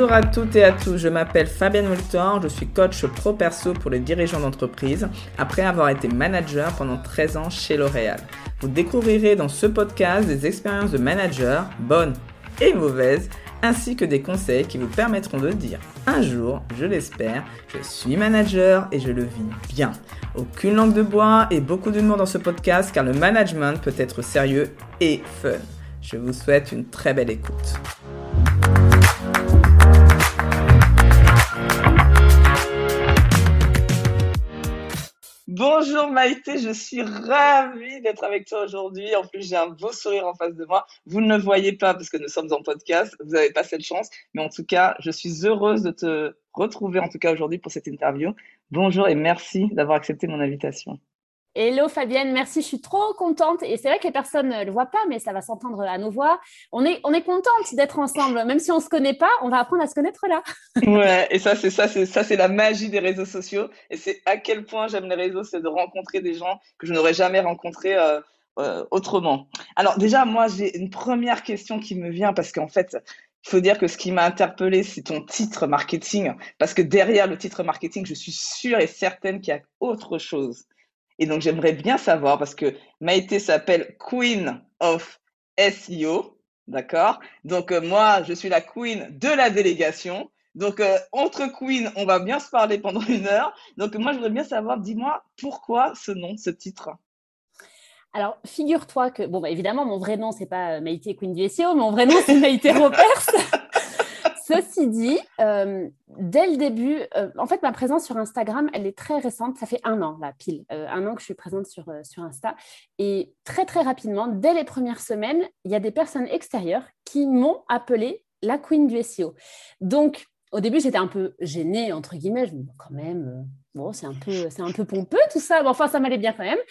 Bonjour à toutes et à tous, je m'appelle Fabienne Moltor, je suis coach pro-perso pour les dirigeants d'entreprise après avoir été manager pendant 13 ans chez L'Oréal. Vous découvrirez dans ce podcast des expériences de manager, bonnes et mauvaises, ainsi que des conseils qui vous permettront de dire un jour, je l'espère, je suis manager et je le vis bien. Aucune langue de bois et beaucoup d'humour dans ce podcast car le management peut être sérieux et fun. Je vous souhaite une très belle écoute. Bonjour Maïté, je suis ravie d'être avec toi aujourd'hui. En plus, j'ai un beau sourire en face de moi. Vous ne le voyez pas parce que nous sommes en podcast, vous n'avez pas cette chance. Mais en tout cas, je suis heureuse de te retrouver en tout cas aujourd'hui pour cette interview. Bonjour et merci d'avoir accepté mon invitation. Hello Fabienne, merci, je suis trop contente et c'est vrai que les personnes ne le voient pas mais ça va s'entendre à nos voix. On est contente d'être ensemble, même si on ne se connaît pas, on va apprendre à se connaître là. Ouais, et c'est la magie des réseaux sociaux et c'est à quel point j'aime les réseaux, c'est de rencontrer des gens que je n'aurais jamais rencontrés autrement. Alors déjà, moi j'ai une première question qui me vient parce qu'en fait, il faut dire que ce qui m'a interpellée, c'est ton titre marketing parce que derrière le titre marketing, je suis sûre et certaine qu'il y a autre chose. Et donc, j'aimerais bien savoir, parce que Maïté s'appelle Queen of SEO, d'accord? Donc, moi, je suis la queen de la délégation. Donc, entre queen, on va bien se parler pendant 1 heure. Donc, moi, je voudrais bien savoir, dis-moi, pourquoi ce nom, ce titre? Alors, figure-toi que, bon, bah, évidemment, mon vrai nom, c'est pas Maïté Queen du SEO, mon vrai nom, c'est Maïté Ropers. Ceci dit, dès le début, en fait, ma présence sur Instagram, elle est très récente. Ça fait 1 an, là, pile. 1 an que je suis présente sur Insta. Et très, très rapidement, dès les premières semaines, il y a des personnes extérieures qui m'ont appelée la Queen du SEO. Donc, au début, j'étais un peu gênée, entre guillemets. Je me dis, quand même, bon, c'est un peu pompeux tout ça. Bon, enfin, ça m'allait bien quand même.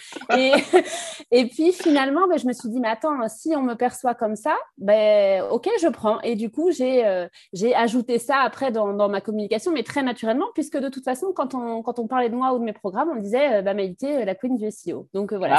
Et puis, finalement, je me suis dit, mais attends, si on me perçoit comme ça, ok, je prends. Et du coup, j'ai ajouté ça après dans ma communication, mais très naturellement, puisque de toute façon, quand on parlait de moi ou de mes programmes, on disait, Maïté, la Queen du SEO. Donc, voilà,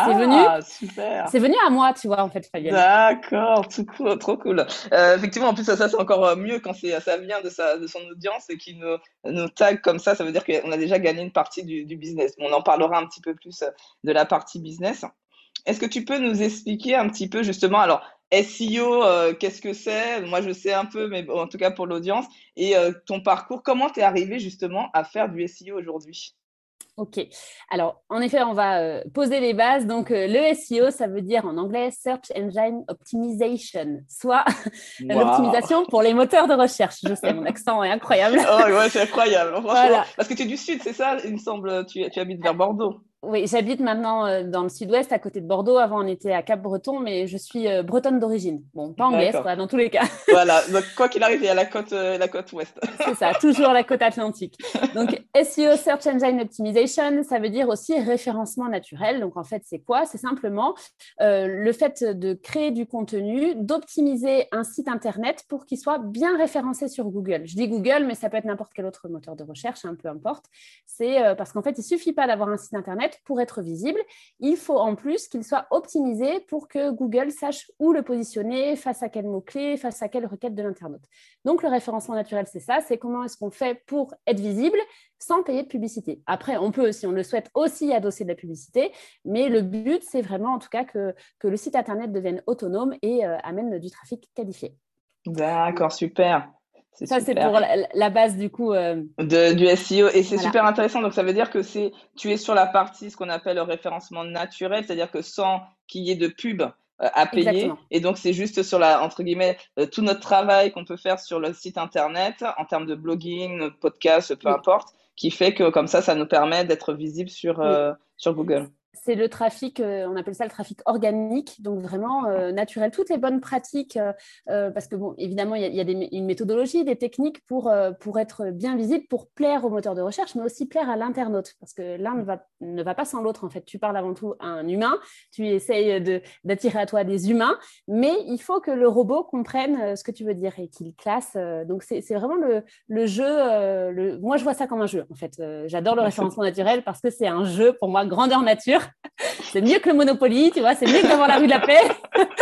Super. C'est venu à moi, tu vois, en fait, Fabienne. D'accord, tout cool, trop cool. Effectivement, en plus, ça c'est encore mieux quand ça vient de son audience et qui nous tag comme ça veut dire qu'on a déjà gagné une partie du business. Bon, on en parlera un petit peu plus de la partie business. Est-ce que tu peux nous expliquer un petit peu justement, alors SEO, qu'est-ce que c'est? Moi, je sais un peu, mais en tout cas pour l'audience, et ton parcours, comment tu es arrivé justement à faire du SEO aujourd'hui? Ok. Alors, en effet, on va poser les bases. Donc, le SEO, ça veut dire en anglais Search Engine Optimization, soit l'optimisation pour les moteurs de recherche. Je sais, mon accent est incroyable. Oh, ouais, c'est incroyable, franchement. Voilà. Parce que tu es du sud, c'est ça, il me semble, tu habites vers Bordeaux. Oui, j'habite maintenant dans le sud-ouest, à côté de Bordeaux. Avant, on était à Cap-Breton, mais je suis bretonne d'origine. Bon, pas anglaise, quoi, dans tous les cas. Voilà, donc quoi qu'il arrive, il y a la côte ouest. C'est ça, toujours la côte atlantique. Donc, SEO, Search Engine Optimization, ça veut dire aussi référencement naturel. Donc, en fait, c'est quoi? C'est simplement le fait de créer du contenu, d'optimiser un site Internet pour qu'il soit bien référencé sur Google. Je dis Google, mais ça peut être n'importe quel autre moteur de recherche, peu importe. C'est parce qu'en fait, il ne suffit pas d'avoir un site Internet pour être visible. Il faut en plus qu'il soit optimisé pour que Google sache où le positionner, face à quel mot-clé, face à quelle requête de l'internaute. Donc, le référencement naturel, c'est ça. C'est comment est-ce qu'on fait pour être visible sans payer de publicité. Après, on peut, si on le souhaite, aussi adosser de la publicité, mais le but, c'est vraiment en tout cas que le site Internet devienne autonome et amène du trafic qualifié. D'accord, super. Ça, c'est pour la base du coup. Du SEO. Et c'est super intéressant. Donc, ça veut dire que tu es sur la partie, ce qu'on appelle le référencement naturel, c'est-à-dire que sans qu'il y ait de pub à payer. Exactement. Et donc, c'est juste sur entre guillemets, tout notre travail qu'on peut faire sur le site Internet, en termes de blogging, podcast, peu importe, qui fait que comme ça nous permet d'être visible sur Google. C'est le trafic, on appelle ça le trafic organique, donc vraiment naturel. Toutes les bonnes pratiques, parce que bon, évidemment, il y a une méthodologie, des techniques pour être bien visible, pour plaire au moteur de recherche, mais aussi plaire à l'internaute, parce que l'un ne va pas sans l'autre, en fait. Tu parles avant tout à un humain, tu essayes d'attirer à toi des humains, mais il faut que le robot comprenne ce que tu veux dire et qu'il classe. Donc, c'est vraiment le jeu. Moi, je vois ça comme un jeu, en fait. J'adore le référencement naturel parce que c'est un jeu, pour moi, grandeur nature. C'est mieux que le Monopoly, tu vois, c'est mieux que d'avoir la rue de la Paix.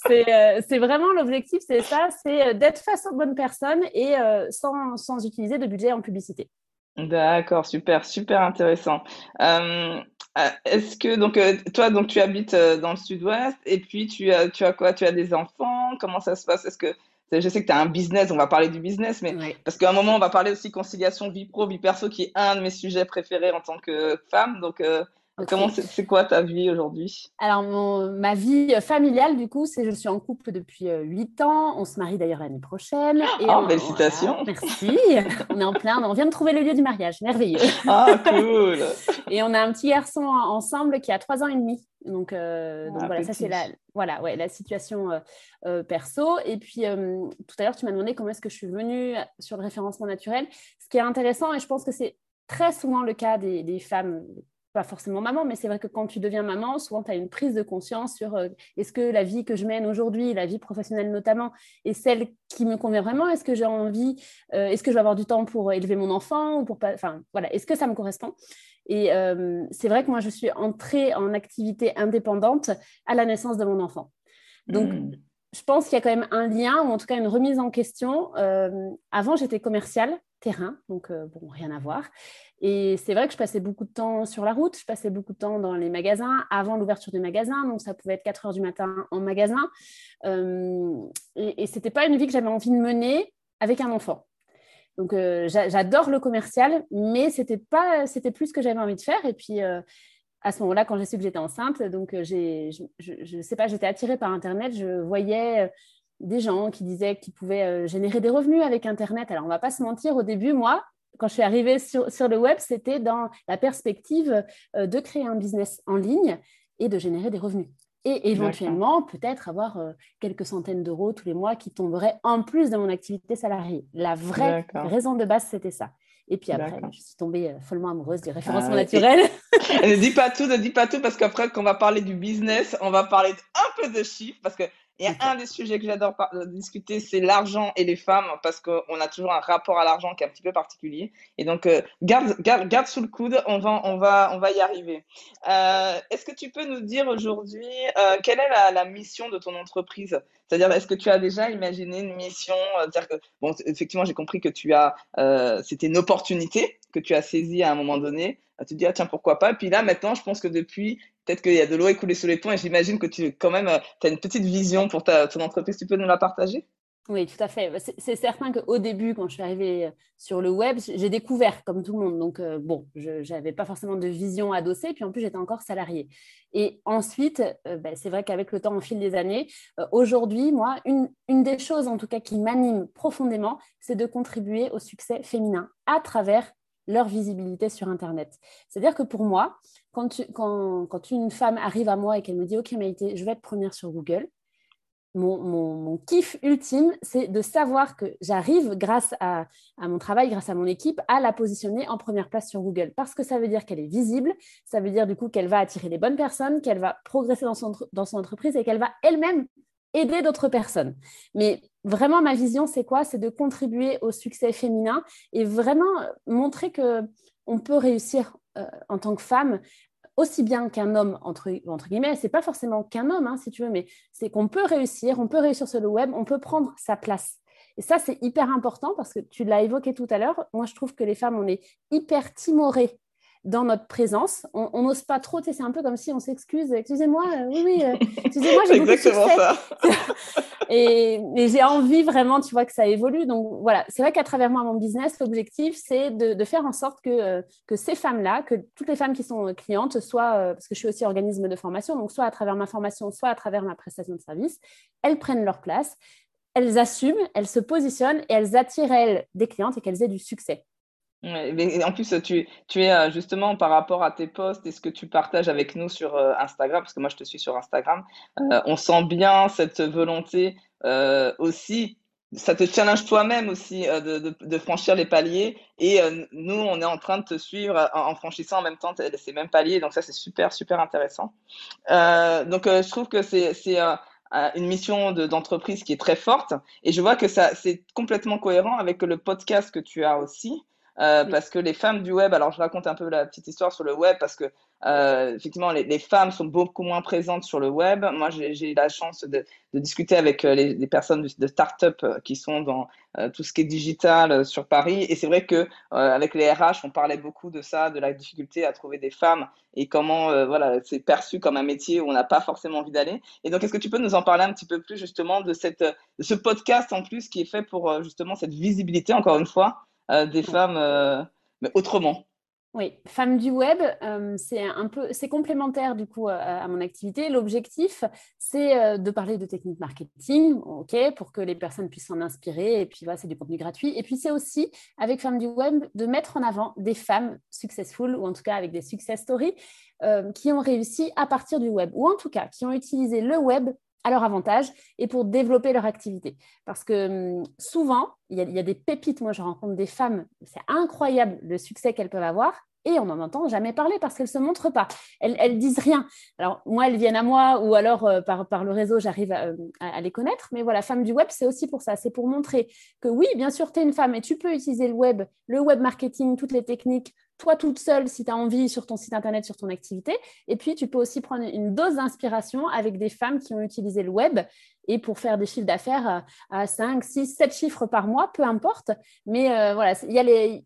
C'est vraiment l'objectif, c'est ça, c'est d'être face aux bonnes personnes et sans utiliser de budget en publicité. D'accord, super, super intéressant. Euh, Est-ce que donc toi donc tu habites dans le sud-ouest et puis tu as quoi? Tu as des enfants? Comment ça se passe? Est-ce que je sais que tu as un business, on va parler du business, mais Ouais. parce qu'à un moment on va parler aussi conciliation vie pro, vie perso, qui est un de mes sujets préférés en tant que femme. Donc comment Ok. c'est quoi ta vie aujourd'hui? Alors, ma vie familiale, du coup, c'est je suis en couple depuis 8 ans. On se marie d'ailleurs l'année prochaine. Et Oh, voilà, félicitations! merci. On est en plein, on vient de trouver le lieu du mariage. Merveilleux. Ah, cool! Et on a un petit garçon ensemble qui a 3 ans et demi. Donc Ah, voilà, ça c'est petit. la situation perso. Et puis tout à l'heure, tu m'as demandé comment est-ce que je suis venue sur le référencement naturel. Ce qui est intéressant, et je pense que c'est très souvent le cas des femmes, pas forcément maman, mais c'est vrai que quand tu deviens maman, souvent tu as une prise de conscience sur est-ce que la vie que je mène aujourd'hui, la vie professionnelle notamment, est celle qui me convient vraiment. Est-ce que j'ai envie, est-ce que je vais avoir du temps pour élever mon enfant ou pour pas, enfin voilà, est-ce que ça me correspond? Et c'est vrai que moi, je suis entrée en activité indépendante à la naissance de mon enfant. Donc, Hmm. je pense qu'il y a quand même un lien, ou en tout cas une remise en question. Avant, j'étais commerciale, terrain, donc bon, rien à voir. Et c'est vrai que je passais beaucoup de temps sur la route, je passais beaucoup de temps dans les magasins, avant l'ouverture des magasins, donc ça pouvait être 4 heures du matin en magasin. Et ce n'était pas une vie que j'avais envie de mener avec un enfant. Donc, j'adore le commercial, mais c'était plus ce que j'avais envie de faire. Et puis, à ce moment-là, quand j'ai su que j'étais enceinte, donc je sais pas, j'étais attirée par Internet. Je voyais des gens qui disaient qu'ils pouvaient générer des revenus avec Internet. Alors, on va pas se mentir, au début, moi, quand je suis arrivée sur le web, c'était dans la perspective de créer un business en ligne et de générer des revenus. Et D'accord, éventuellement, peut-être avoir quelques centaines d'euros tous les mois qui tomberaient en plus de mon activité salariée. La vraie d'accord, raison de base, c'était ça. Et puis après, d'accord. je suis tombée follement amoureuse du Ah référencement oui. naturel. Ne dis pas tout, ne dis pas tout, parce qu'après, quand on va parler du business, on va parler un peu de chiffres, parce que il y a Ok. un des sujets que j'adore discuter, c'est l'argent et les femmes, parce qu'on a toujours un rapport à l'argent qui est un petit peu particulier. Et donc, garde sous le coude, on va y arriver. Est-ce que tu peux nous dire aujourd'hui, quelle est la mission de ton entreprise? C'est-à-dire, est-ce que tu as déjà imaginé une mission? C'est-à-dire que, bon, effectivement, j'ai compris que c'était une opportunité que tu as saisie à un moment donné. Tu te dis, ah, tiens, pourquoi pas? Et puis là, maintenant, je pense que depuis, peut-être qu'il y a de l'eau écoulée sous les ponts et j'imagine que quand même, tu as une petite vision pour ton entreprise. Tu peux nous la partager? Oui, tout à fait. C'est certain qu'au début, quand je suis arrivée sur le web, j'ai découvert comme tout le monde. Donc, bon, je n'avais pas forcément de vision adossée. Puis en plus, j'étais encore salariée. Et ensuite, c'est vrai qu'avec le temps, au fil des années, aujourd'hui, moi, une des choses en tout cas qui m'anime profondément, c'est de contribuer au succès féminin à travers leur visibilité sur Internet. C'est-à-dire que pour moi, quand une femme arrive à moi et qu'elle me dit, OK, Maïté, je vais être première sur Google, mon kiff ultime, c'est de savoir que j'arrive, grâce à mon travail, grâce à mon équipe, à la positionner en première place sur Google. Parce que ça veut dire qu'elle est visible, ça veut dire du coup qu'elle va attirer les bonnes personnes, qu'elle va progresser dans son entreprise et qu'elle va elle-même aider d'autres personnes. Mais vraiment, ma vision, c'est quoi? C'est de contribuer au succès féminin et vraiment montrer qu'on peut réussir en tant que femme aussi bien qu'un homme, entre guillemets, c'est pas forcément qu'un homme, hein, si tu veux, mais c'est qu'on peut réussir, sur le web, on peut prendre sa place. Et ça, c'est hyper important parce que tu l'as évoqué tout à l'heure. Moi, je trouve que les femmes, on est hyper timorées dans notre présence. On n'ose pas trop, tu sais, c'est un peu comme si on s'excuse. Excusez-moi, excusez-moi, j'ai C'est beaucoup de exactement succès. ça. Et j'ai envie vraiment, tu vois, que ça évolue. Donc voilà, c'est vrai qu'à travers moi, mon business, l'objectif, c'est de faire en sorte que ces femmes-là, que toutes les femmes qui sont clientes, soit, parce que je suis aussi organisme de formation, donc soit à travers ma formation, soit à travers ma prestation de service, elles prennent leur place, elles assument, elles se positionnent et elles attirent, elles, des clientes et qu'elles aient du succès. Ouais, mais en plus, tu es justement par rapport à tes posts et ce que tu partages avec nous sur Instagram, parce que moi je te suis sur Instagram, on sent bien cette volonté aussi, ça te challenge toi-même aussi de franchir les paliers et nous on est en train de te suivre en franchissant en même temps ces mêmes paliers, donc ça c'est super super intéressant. Donc je trouve que c'est une mission d'entreprise qui est très forte et je vois que ça c'est complètement cohérent avec le podcast que tu as aussi. Oui. Parce que les femmes du web, alors je raconte un peu la petite histoire sur le web parce que effectivement, les femmes sont beaucoup moins présentes sur le web. Moi, j'ai eu la chance de discuter avec les personnes de start-up qui sont dans tout ce qui est digital sur Paris. Et c'est vrai que avec les RH, on parlait beaucoup de ça, de la difficulté à trouver des femmes et comment voilà, c'est perçu comme un métier où on n'a pas forcément envie d'aller. Et donc, est-ce que tu peux nous en parler un petit peu plus justement de ce podcast en plus qui est fait pour justement cette visibilité, encore une fois, des femmes, mais autrement. Oui, Femmes du web, c'est complémentaire du coup à mon activité. L'objectif, c'est de parler de techniques marketing, ok, pour que les personnes puissent s'en inspirer. Et puis voilà, c'est du contenu gratuit. Et puis c'est aussi avec Femmes du web de mettre en avant des femmes successful ou en tout cas avec des success stories qui ont réussi à partir du web ou en tout cas qui ont utilisé le web à leur avantage et pour développer leur activité. Parce que souvent, il y a des pépites. Moi, je rencontre des femmes, c'est incroyable le succès qu'elles peuvent avoir et on n'en entend jamais parler parce qu'elles ne se montrent pas. Elles disent rien. Alors, moi, elles viennent à moi ou alors par le réseau, j'arrive à les connaître. Mais voilà, Femmes du web, c'est aussi pour ça. C'est pour montrer que oui, bien sûr, tu es une femme et tu peux utiliser le web marketing, toutes les techniques, toi toute seule si tu as envie sur ton site internet, sur ton activité. Et puis, tu peux aussi prendre une dose d'inspiration avec des femmes qui ont utilisé le web et pour faire des chiffres d'affaires à 5, 6, 7 chiffres par mois, peu importe. Mais voilà, il y a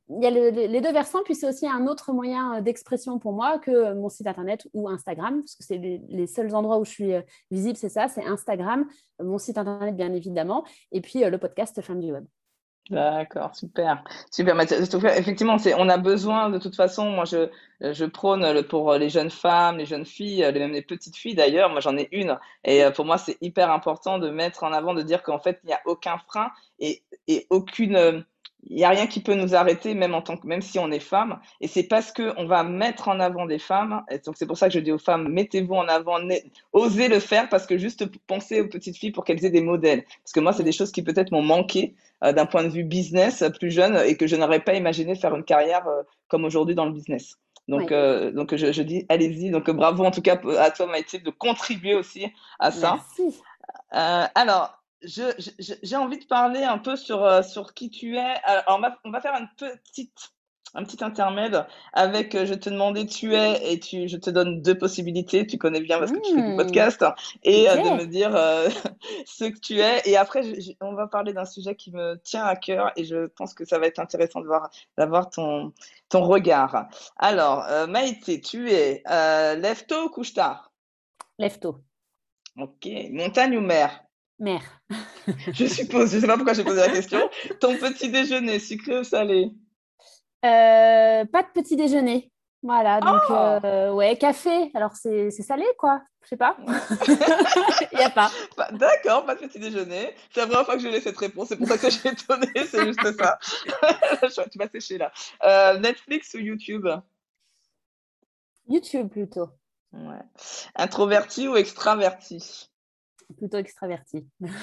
les deux versants, puis c'est aussi un autre moyen d'expression pour moi que mon site internet ou Instagram, parce que c'est les seuls endroits où je suis visible, c'est ça, c'est Instagram, mon site internet bien évidemment, et puis le podcast Femmes du web. D'accord, super, super. Mais effectivement, on a besoin de toute façon. Moi, je prône pour les jeunes femmes, les jeunes filles, même les petites filles d'ailleurs. Moi, j'en ai une, et pour moi, c'est hyper important de mettre en avant, de dire qu'en fait, il n'y a aucun frein et aucune, il n'y a rien qui peut nous arrêter, même si on est femme. Et c'est parce que on va mettre en avant des femmes. Et donc, c'est pour ça que je dis aux femmes, mettez-vous en avant, osez le faire, parce que juste pensez aux petites filles pour qu'elles aient des modèles. Parce que moi, c'est des choses qui peut-être m'ont manqué d'un point de vue business plus jeune et que je n'aurais pas imaginé faire une carrière comme aujourd'hui dans le business. Donc, Oui. donc je dis, allez-y. Donc, bravo en tout cas à toi, Maïté, de contribuer aussi à ça. Merci. Alors, j'ai envie de parler un peu sur qui tu es. Alors, on va faire un petit intermède avec, je te demandais tu es et je te donne deux possibilités. Tu connais bien parce que tu fais du podcast et de me Ok. dire ce que tu es. Et après, on va parler d'un sujet qui me tient à cœur et je pense que ça va être intéressant d'avoir ton regard. Alors, Maïté, tu es lève tôt ou couche tard? Lève tôt. Ok. Montagne ou mer? Mère. Je suppose, je sais pas pourquoi j'ai posé la question. Ton petit déjeuner, sucré ou salé? Pas de petit déjeuner. Voilà, donc Ah! ouais, café. Alors c'est salé, quoi. Je sais pas. Il n'y a pas. D'accord, pas de petit déjeuner. C'est la première fois que je l'ai cette réponse, c'est pour ça que j'ai étonné, c'est juste ça. Tu m'as séché là. Netflix ou YouTube? YouTube plutôt. Ouais. Introverti ou extraverti? Plutôt extraverti.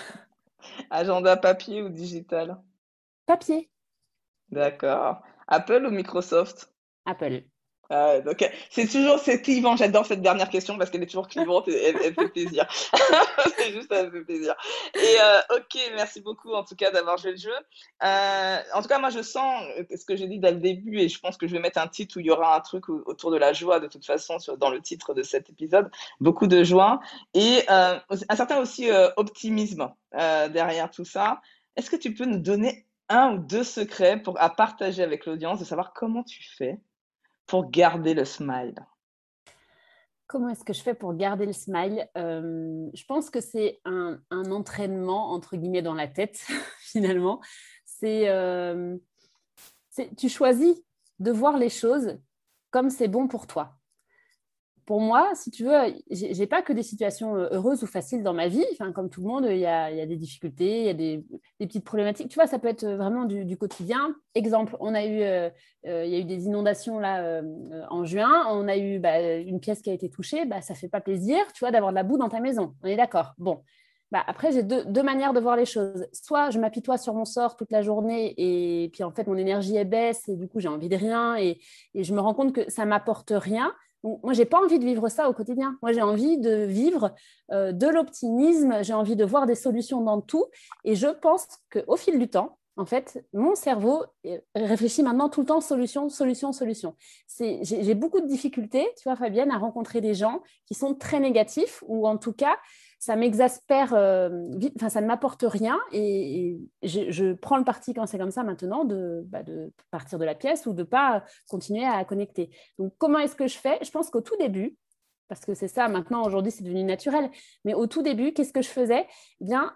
Agenda papier ou digital? Papier. D'accord. Apple ou Microsoft? Apple. Donc, c'est clivant. J'adore cette dernière question parce qu'elle est toujours clivante et elle fait plaisir. C'est juste, elle fait plaisir. Et ok, merci beaucoup en tout cas d'avoir joué le jeu. En tout cas, moi je sens ce que j'ai dit dès le début et je pense que je vais mettre un titre où il y aura un truc autour de la joie de toute façon dans le titre de cet épisode. Beaucoup de joie et un certain aussi optimisme derrière tout ça. Est-ce que tu peux nous donner un ou deux secrets à partager avec l'audience de savoir comment tu fais pour garder le smile? Comment est-ce que je fais pour garder le smile? Je pense que c'est un entraînement, entre guillemets, dans la tête, finalement. C'est, euh, tu choisis de voir les choses comme c'est bon pour toi. Pour moi, si tu veux, j'ai pas que des situations heureuses ou faciles dans ma vie. Enfin, comme tout le monde, il y a des difficultés, il y a des petites problématiques. Tu vois, ça peut être vraiment du quotidien. Exemple, il y a eu des inondations là en juin. On a eu une pièce qui a été touchée. Bah, ça fait pas plaisir, tu vois, d'avoir de la boue dans ta maison. On est d'accord. Bon. Bah, après, j'ai deux manières de voir les choses. Soit je m'apitoie sur mon sort toute la journée et puis en fait, mon énergie est baisse et du coup, j'ai envie de rien et je me rends compte que ça m'apporte rien. Donc, moi, j'ai pas envie de vivre ça au quotidien. Moi, j'ai envie de vivre de l'optimisme. J'ai envie de voir des solutions dans tout. Et je pense qu'au fil du temps, en fait, mon cerveau réfléchit maintenant tout le temps solution, solution, solution. J'ai beaucoup de difficultés, tu vois, Fabienne, à rencontrer des gens qui sont très négatifs ou en tout cas, ça m'exaspère vite, enfin, ça ne m'apporte rien et je prends le parti quand c'est comme ça maintenant de partir de la pièce ou de ne pas continuer à connecter. Donc, comment est-ce que je fais? Je pense qu'au tout début, parce que c'est ça, maintenant, aujourd'hui, c'est devenu naturel. Mais au tout début, qu'est-ce que je faisais? Eh bien,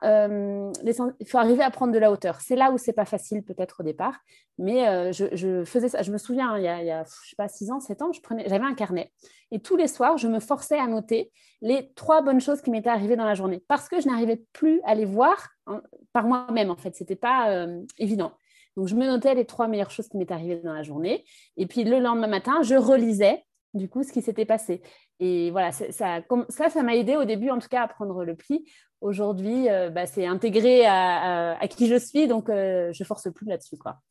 il faut arriver à prendre de la hauteur. C'est là où c'est pas facile, peut-être au départ. Mais je faisais ça. Je me souviens, il y a je sais pas, 6 ans, 7 ans, j'avais un carnet. Et tous les soirs, je me forçais à noter les 3 bonnes choses qui m'étaient arrivées dans la journée. Parce que je n'arrivais plus à les voir par moi-même, en fait. C'était pas évident. Donc, je me notais les 3 meilleures choses qui m'étaient arrivées dans la journée. Et puis, le lendemain matin, je relisais du coup ce qui s'était passé. Et voilà, ça m'a aidé au début, en tout cas, à prendre le pli. Aujourd'hui, c'est intégré à qui je suis, donc je force plus là-dessus, quoi.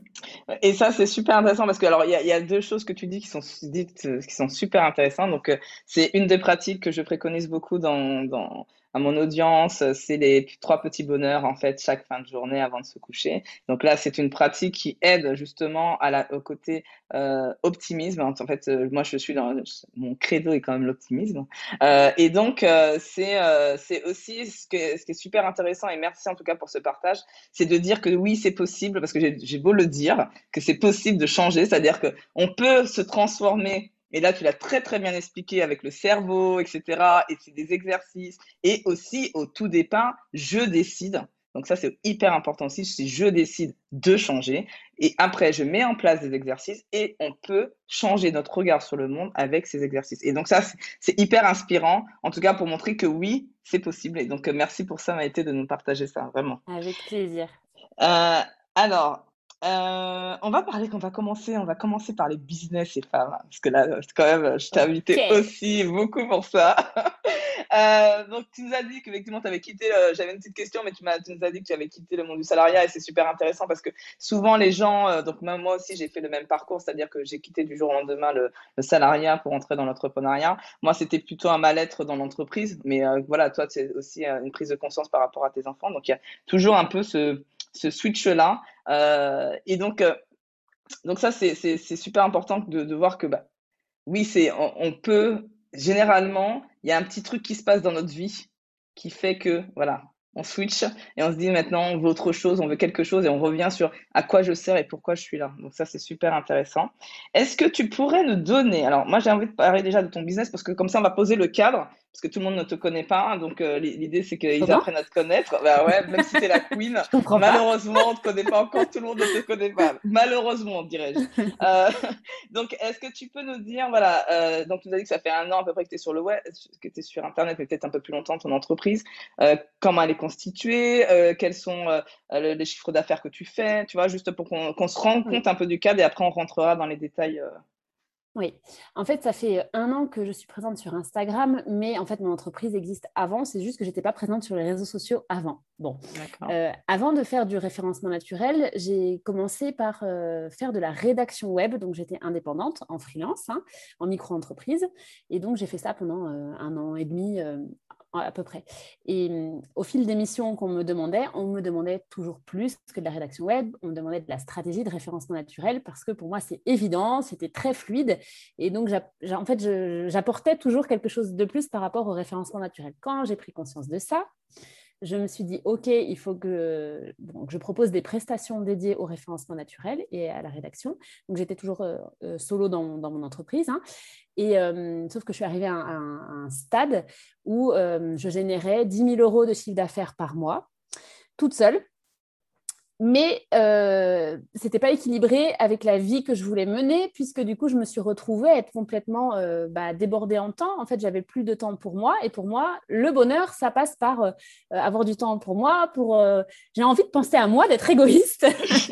Et ça, c'est super intéressant parce que alors il y a deux choses que tu dis qui sont dites qui sont super intéressantes. Donc c'est une des pratiques que je préconise beaucoup dans à mon audience, c'est les 3 petits bonheurs en fait chaque fin de journée avant de se coucher. Donc là, c'est une pratique qui aide justement au côté optimisme. En fait, moi je suis dans mon credo est quand même l'optimisme. Et donc c'est aussi ce qui est super intéressant et merci en tout cas pour ce partage, c'est de dire que oui, c'est possible, parce que j'ai beau le dire, que c'est possible de changer, c'est-à-dire que on peut se transformer. Et là, tu l'as très très bien expliqué avec le cerveau, etc. Et c'est des exercices. Et aussi, au tout départ, je décide. Donc ça, c'est hyper important aussi. Si je décide de changer, et après, je mets en place des exercices et on peut changer notre regard sur le monde avec ces exercices. Et donc ça, c'est hyper inspirant, en tout cas pour montrer que oui, c'est possible. Et donc, merci pour ça, Maïté, de nous partager ça, vraiment. Avec plaisir. Euh, alors, on va commencer par les business et femmes, hein, parce que là, c'est quand même, je t'ai invité Ok. aussi beaucoup pour ça. Donc, tu nous as dit qu'effectivement, tu avais quitté, j'avais une petite question, mais tu nous as dit que tu avais quitté le monde du salariat et c'est super intéressant parce que souvent les gens, donc même moi aussi, j'ai fait le même parcours, c'est-à-dire que j'ai quitté du jour au lendemain le salariat pour entrer dans l'entrepreneuriat. Moi, c'était plutôt un mal-être dans l'entreprise, mais voilà, toi, c'est aussi une prise de conscience par rapport à tes enfants. Donc, il y a toujours un peu ce switch-là. Donc ça, c'est super important de voir que bah, oui, on peut, généralement, il y a un petit truc qui se passe dans notre vie qui fait que, voilà, on switch et on se dit maintenant, on veut autre chose, on veut quelque chose et on revient sur à quoi je sers et pourquoi je suis là. Donc ça, c'est super intéressant. Est-ce que tu pourrais nous donner, alors moi j'ai envie de parler déjà de ton business parce que comme ça, on va poser le cadre parce que tout le monde ne te connaît pas. Donc l'idée, c'est qu'ils Comment? apprennent à te connaître. Bah ouais, même si t'es la queen, Je comprends pas. malheureusement, on te connaît pas encore, tout le monde ne te connaît pas. Malheureusement, dirais-je. Euh, donc, est-ce que tu peux nous dire, voilà, donc tu nous as dit que ça fait 1 an à peu près que tu es sur le web, que tu es sur Internet, mais peut-être un peu plus longtemps ton entreprise. Comment elle est constituée, quels sont les chiffres d'affaires que tu fais, tu vois, juste pour qu'on se rende Oui. compte un peu du cadre et après on rentrera dans les détails. Oui, en fait, ça fait 1 an que je suis présente sur Instagram, mais en fait, mon entreprise existe avant. C'est juste que j'étais pas présente sur les réseaux sociaux avant. Bon, D'accord. avant de faire du référencement naturel, j'ai commencé par faire de la rédaction web. Donc, j'étais indépendante en freelance, hein, en micro-entreprise. Et donc, j'ai fait ça pendant 1 an et demi à peu près. Et au fil des missions qu'on me demandait, on me demandait toujours plus que de la rédaction web. On me demandait de la stratégie de référencement naturel parce que pour moi, c'est évident, c'était très fluide. Et donc, en fait, j'apportais toujours quelque chose de plus par rapport au référencement naturel. Quand j'ai pris conscience de ça, je me suis dit, OK, il faut que je propose des prestations dédiées au référencement naturel et à la rédaction. Donc, j'étais toujours solo dans mon entreprise. Hein. Et, sauf que je suis arrivée à un stade où je générais 10 000 euros de chiffre d'affaires par mois, toute seule. Mais ce n'était pas équilibré avec la vie que je voulais mener, puisque du coup, je me suis retrouvée à être complètement débordée en temps. En fait, j'avais plus de temps pour moi. Et pour moi, le bonheur, ça passe par avoir du temps pour moi. J'ai envie de penser à moi, d'être égoïste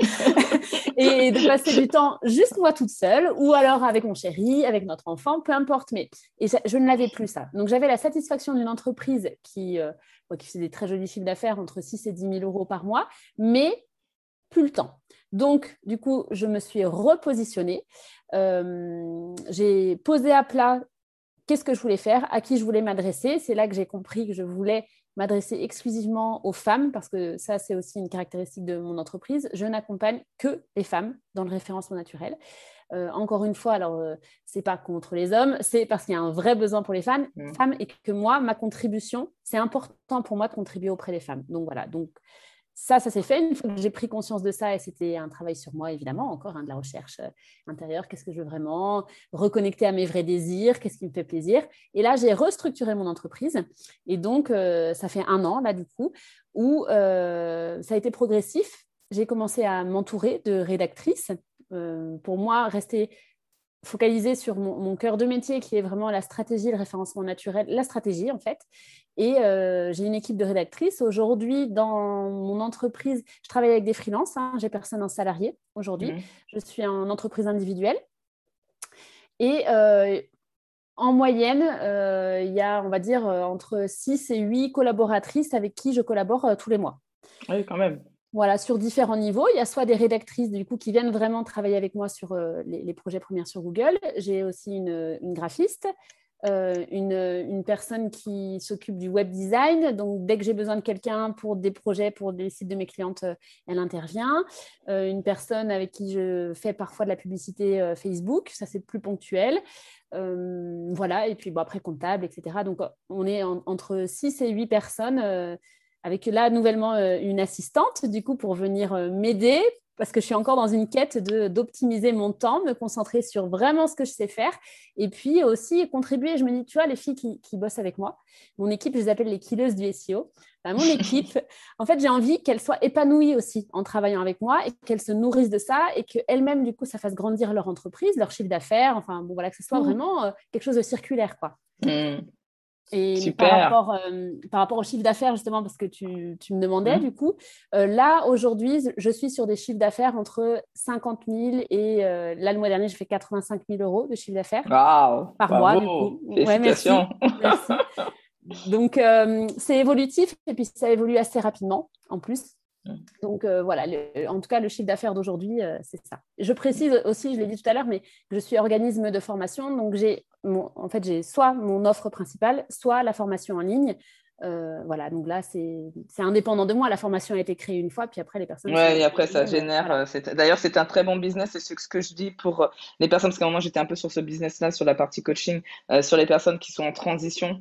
et de passer du temps juste moi toute seule, ou alors avec mon chéri, avec notre enfant, peu importe. Et je ne l'avais plus ça. Donc, j'avais la satisfaction d'une entreprise qui faisait des très jolis chiffres d'affaires entre 6 et 10 000 euros par mois, mais plus le temps. Donc, du coup, je me suis repositionnée. J'ai posé à plat qu'est-ce que je voulais faire, à qui je voulais m'adresser. C'est là que j'ai compris que je voulais m'adresser exclusivement aux femmes, parce que ça, c'est aussi une caractéristique de mon entreprise. Je n'accompagne que les femmes dans le référencement naturel. Encore une fois, alors, c'est pas contre les hommes, c'est parce qu'il y a un vrai besoin pour les femmes et que moi, ma contribution, c'est important pour moi de contribuer auprès des femmes. Donc voilà, donc ça s'est fait une fois que j'ai pris conscience de ça, et c'était un travail sur moi, évidemment, encore de la recherche intérieure. Qu'est-ce que je veux vraiment? Reconnecter à mes vrais désirs, qu'est-ce qui me fait plaisir? Et là, j'ai restructuré mon entreprise. Et donc, ça fait 1 an, là, du coup, où ça a été progressif. J'ai commencé à m'entourer de rédactrices. Pour moi, rester focalisée sur mon cœur de métier, qui est vraiment la stratégie, le référencement naturel, la stratégie, en fait. Et j'ai une équipe de rédactrices. Aujourd'hui, dans mon entreprise, je travaille avec des freelances. J'ai personne en salarié aujourd'hui. Je suis en entreprise individuelle. Et en moyenne, il y a, on va dire, entre 6 et 8 collaboratrices avec qui je collabore tous les mois. Oui, quand même. Voilà, sur différents niveaux. Il y a soit des rédactrices du coup qui viennent vraiment travailler avec moi sur les projets premières sur Google. J'ai aussi une graphiste, une personne qui s'occupe du web design. Donc, dès que j'ai besoin de quelqu'un pour des projets, pour des sites de mes clientes, elle intervient. Une personne avec qui je fais parfois de la publicité Facebook. Ça, c'est plus ponctuel. Voilà, et puis après comptable, etc. Donc, on est entre 6 et 8 personnes avec là nouvellement une assistante du coup pour venir m'aider, parce que je suis encore dans une quête d'optimiser mon temps, me concentrer sur vraiment ce que je sais faire, et puis aussi contribuer. Je me dis, tu vois, les filles qui bossent avec moi, mon équipe, je les appelle les killeuses du SEO. Mon équipe, en fait, j'ai envie qu'elles soient épanouies aussi en travaillant avec moi, et qu'elles se nourrissent de ça, et qu'elles-mêmes, du coup, ça fasse grandir leur entreprise, leur chiffre d'affaires, enfin, bon, voilà, que ce soit vraiment quelque chose de circulaire, quoi. Et Super. par rapport au chiffre d'affaires, justement, parce que tu me demandais, du coup, là, aujourd'hui, je suis sur des chiffres d'affaires entre 50 000 et là, le mois dernier, j'ai fait 85 000 euros de chiffre d'affaires Waouh, par mois, du coup. bravo, Ouais, merci. félicitations. Merci. Donc, c'est évolutif, et puis ça évolue assez rapidement, en plus. Donc, voilà, en tout cas, le chiffre d'affaires d'aujourd'hui, c'est ça. Je précise aussi, je l'ai dit tout à l'heure, mais je suis organisme de formation, donc j'ai soit mon offre principale, soit la formation en ligne. Voilà, donc là, c'est indépendant de moi. La formation a été créée une fois, puis après, les personnes Ouais, et se après, ça débrouillent, génère. voilà. D'ailleurs, c'est un très bon business. Et ce que je dis pour les personnes, parce qu'à un moment, j'étais un peu sur ce business-là, sur la partie coaching, sur les personnes qui sont en transition.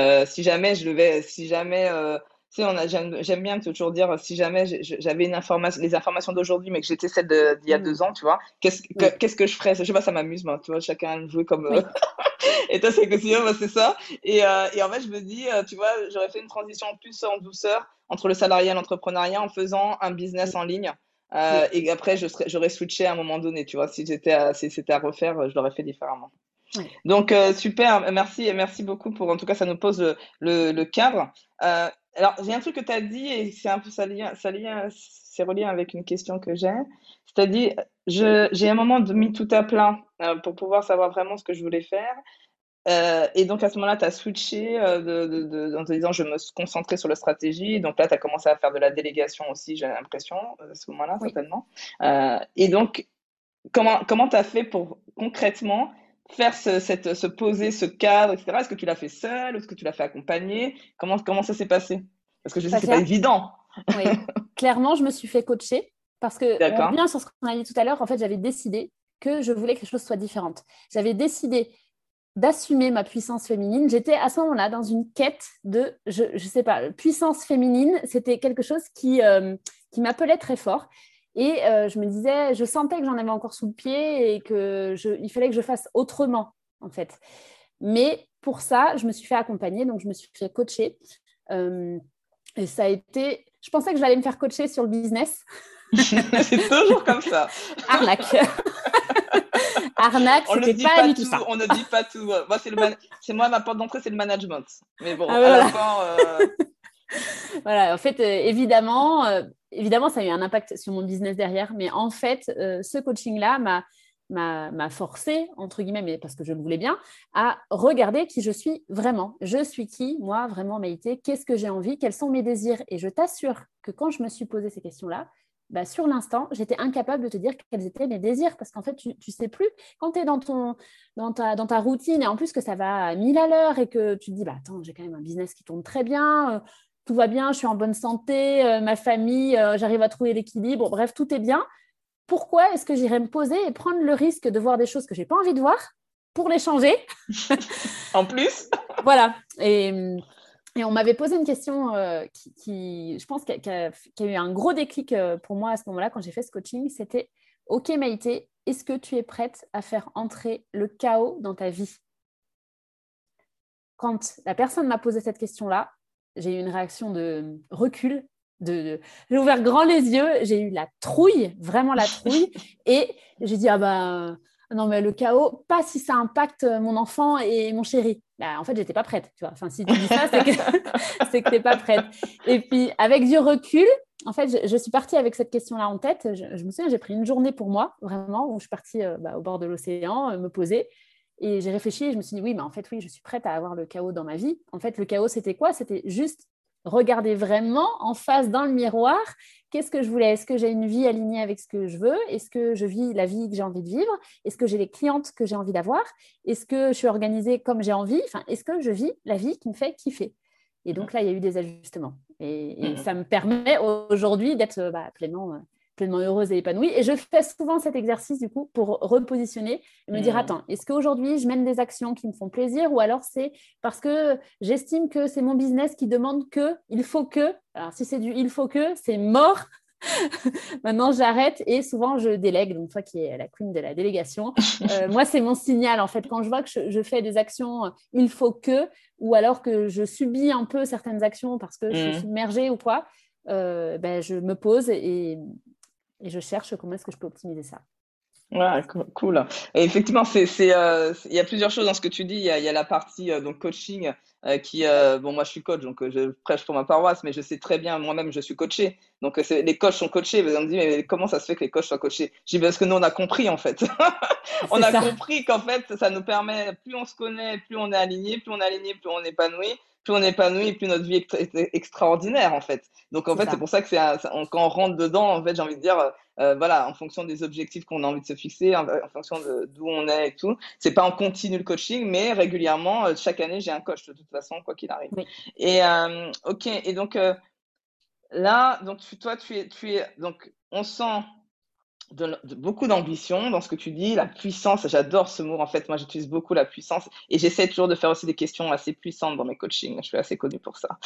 Si jamais, tu sais, j'aime bien toujours dire, si jamais j'avais les informations d'aujourd'hui, mais que j'étais celle d'il y a 2 ans, tu vois, Oui, qu'est-ce que je ferais? Je sais pas, ça m'amuse, moi, tu vois, chacun aime jouer comme. oui, Et toi, c'est que sinon, bah, c'est ça. Et en fait, je me dis, tu vois, j'aurais fait une transition plus en douceur entre le salariat et l'entrepreneuriat en faisant un business en ligne. oui. Et après, j'aurais switché à un moment donné, tu vois. Si c'était à refaire, je l'aurais fait différemment. Oui. Donc, super, merci beaucoup pour, en tout cas, ça nous pose le cadre. Alors, j'ai un truc que tu as dit et c'est un peu c'est relié avec une question que j'ai. C'est-à-dire, j'ai un moment mis tout à plat pour pouvoir savoir vraiment ce que je voulais faire. Et donc à ce moment-là, tu as switché en te disant je me concentrer sur la stratégie. Donc là, tu as commencé à faire de la délégation aussi, j'ai l'impression, à ce moment-là, Oui. certainement. Et donc, comment tu as fait pour concrètement faire se poser ce cadre, etc. Est-ce que tu l'as fait seul? Est-ce que tu l'as fait accompagner? Comment ça s'est passé? Parce que je sais Bah, que c'est pas évident. oui. Clairement, je me suis fait coacher parce qu'on D'accord? revient sur ce qu'on a dit tout à l'heure. En fait, j'avais décidé que je voulais que les choses soient différentes. J'avais décidé d'assumer ma puissance féminine. J'étais à ce moment-là dans une quête de, je sais pas, puissance féminine. C'était quelque chose qui m'appelait très fort. Et je me disais, je sentais que j'en avais encore sous le pied et il fallait que je fasse autrement, en fait. Mais pour ça, je me suis fait accompagner, donc je me suis fait coacher. Euh, et ça a été... Je pensais que j'allais me faire coacher sur le business. C'est toujours comme ça. Arnaque. Arnaque, On ne c'était dit pas pas du tout tout, ça. on ne dit pas tout. Moi, c'est moi, ma porte d'entrée, c'est le management. Mais bon, Ah, à la voilà. fin, Voilà, en fait, évidemment, ça a eu un impact sur mon business derrière, mais en fait, ce coaching-là m'a forcé, entre guillemets, mais parce que je le voulais bien, à regarder qui je suis vraiment. Je suis qui, moi, vraiment, Maïté? Qu'est-ce que j'ai envie? Quels sont mes désirs? Et je t'assure que quand je me suis posé ces questions-là, bah, sur l'instant, j'étais incapable de te dire quels étaient mes désirs parce qu'en fait, tu ne sais plus. Quand tu es dans ta routine et en plus que ça va à 1000 à l'heure et que tu te dis, bah, attends, j'ai quand même un business qui tourne très bien. tout va bien, je suis en bonne santé, ma famille, j'arrive à trouver l'équilibre, bref, tout est bien. Pourquoi est-ce que j'irais me poser et prendre le risque de voir des choses que j'ai pas envie de voir pour les changer? En plus, Voilà. Et on m'avait posé une question je pense, qui a eu un gros déclic pour moi à ce moment-là, quand j'ai fait ce coaching. C'était, OK Maïté, est-ce que tu es prête à faire entrer le chaos dans ta vie? Quand la personne m'a posé cette question-là, j'ai eu une réaction de recul. J'ai ouvert grand les yeux, j'ai eu la trouille, vraiment la trouille. Et j'ai dit, ah ben, non, mais le chaos, pas si ça impacte mon enfant et mon chéri. Bah, en fait, j'étais pas prête, tu vois. Enfin, si tu dis ça, c'est que t'es pas prête. Et puis, avec du recul, en fait, je suis partie avec cette question-là en tête. Je me souviens, j'ai pris une journée pour moi, vraiment, où je suis partie au bord de l'océan, me poser. Et j'ai réfléchi et je me suis dit, oui, mais en fait, oui, je suis prête à avoir le chaos dans ma vie. En fait, le chaos, c'était quoi? C'était juste regarder vraiment en face dans le miroir, qu'est-ce que je voulais? Est-ce que j'ai une vie alignée avec ce que je veux? Est-ce que je vis la vie que j'ai envie de vivre? Est-ce que j'ai les clientes que j'ai envie d'avoir? Est-ce que je suis organisée comme j'ai envie? Enfin, est-ce que je vis la vie qui me fait kiffer? Et donc là, il y a eu des ajustements. Et ça me permet aujourd'hui d'être pleinement heureuse et épanouie. Et je fais souvent cet exercice, du coup, pour repositionner et me dire, attends, est-ce qu'aujourd'hui, je mène des actions qui me font plaisir, ou alors c'est parce que j'estime que c'est mon business qui demande que, il faut que. Alors, si c'est du il faut que, c'est mort. Maintenant, j'arrête et souvent, je délègue. Donc, toi qui es la queen de la délégation, moi, c'est mon signal, en fait. Quand je vois que je fais des actions il faut que, ou alors que je subis un peu certaines actions parce que je suis submergée ou quoi, je me pose et je cherche comment est-ce que je peux optimiser ça. Ouais, cool. Et effectivement, il y a plusieurs choses dans ce que tu dis. Il y a la partie donc coaching bon, moi je suis coach, donc je prêche pour ma paroisse, mais je sais très bien moi-même, je suis coaché. Donc les coachs sont coachés. On me dit, mais comment ça se fait que les coachs soient coachés? Je dis, parce que nous on a compris en fait. On C'est a ça. compris qu'en fait, ça nous permet, plus on se connaît, plus on est aligné, plus on est aligné, plus on est épanoui. Plus on est épanoui, plus notre vie est extraordinaire en fait. Donc en C'est fait, c'est ça. pour ça que quand on rentre dedans, en fait, j'ai envie de dire, voilà, en fonction des objectifs qu'on a envie de se fixer, en fonction d'où on est et tout. C'est pas en continu le coaching, mais régulièrement, chaque année, j'ai un coach de toute façon, quoi qu'il arrive. Oui. Et ok, et donc là, donc toi, donc on sent de beaucoup d'ambition dans ce que tu dis, la puissance. J'adore ce mot en fait. Moi, j'utilise beaucoup la puissance et j'essaie toujours de faire aussi des questions assez puissantes dans mes coachings. Je suis assez connue pour ça.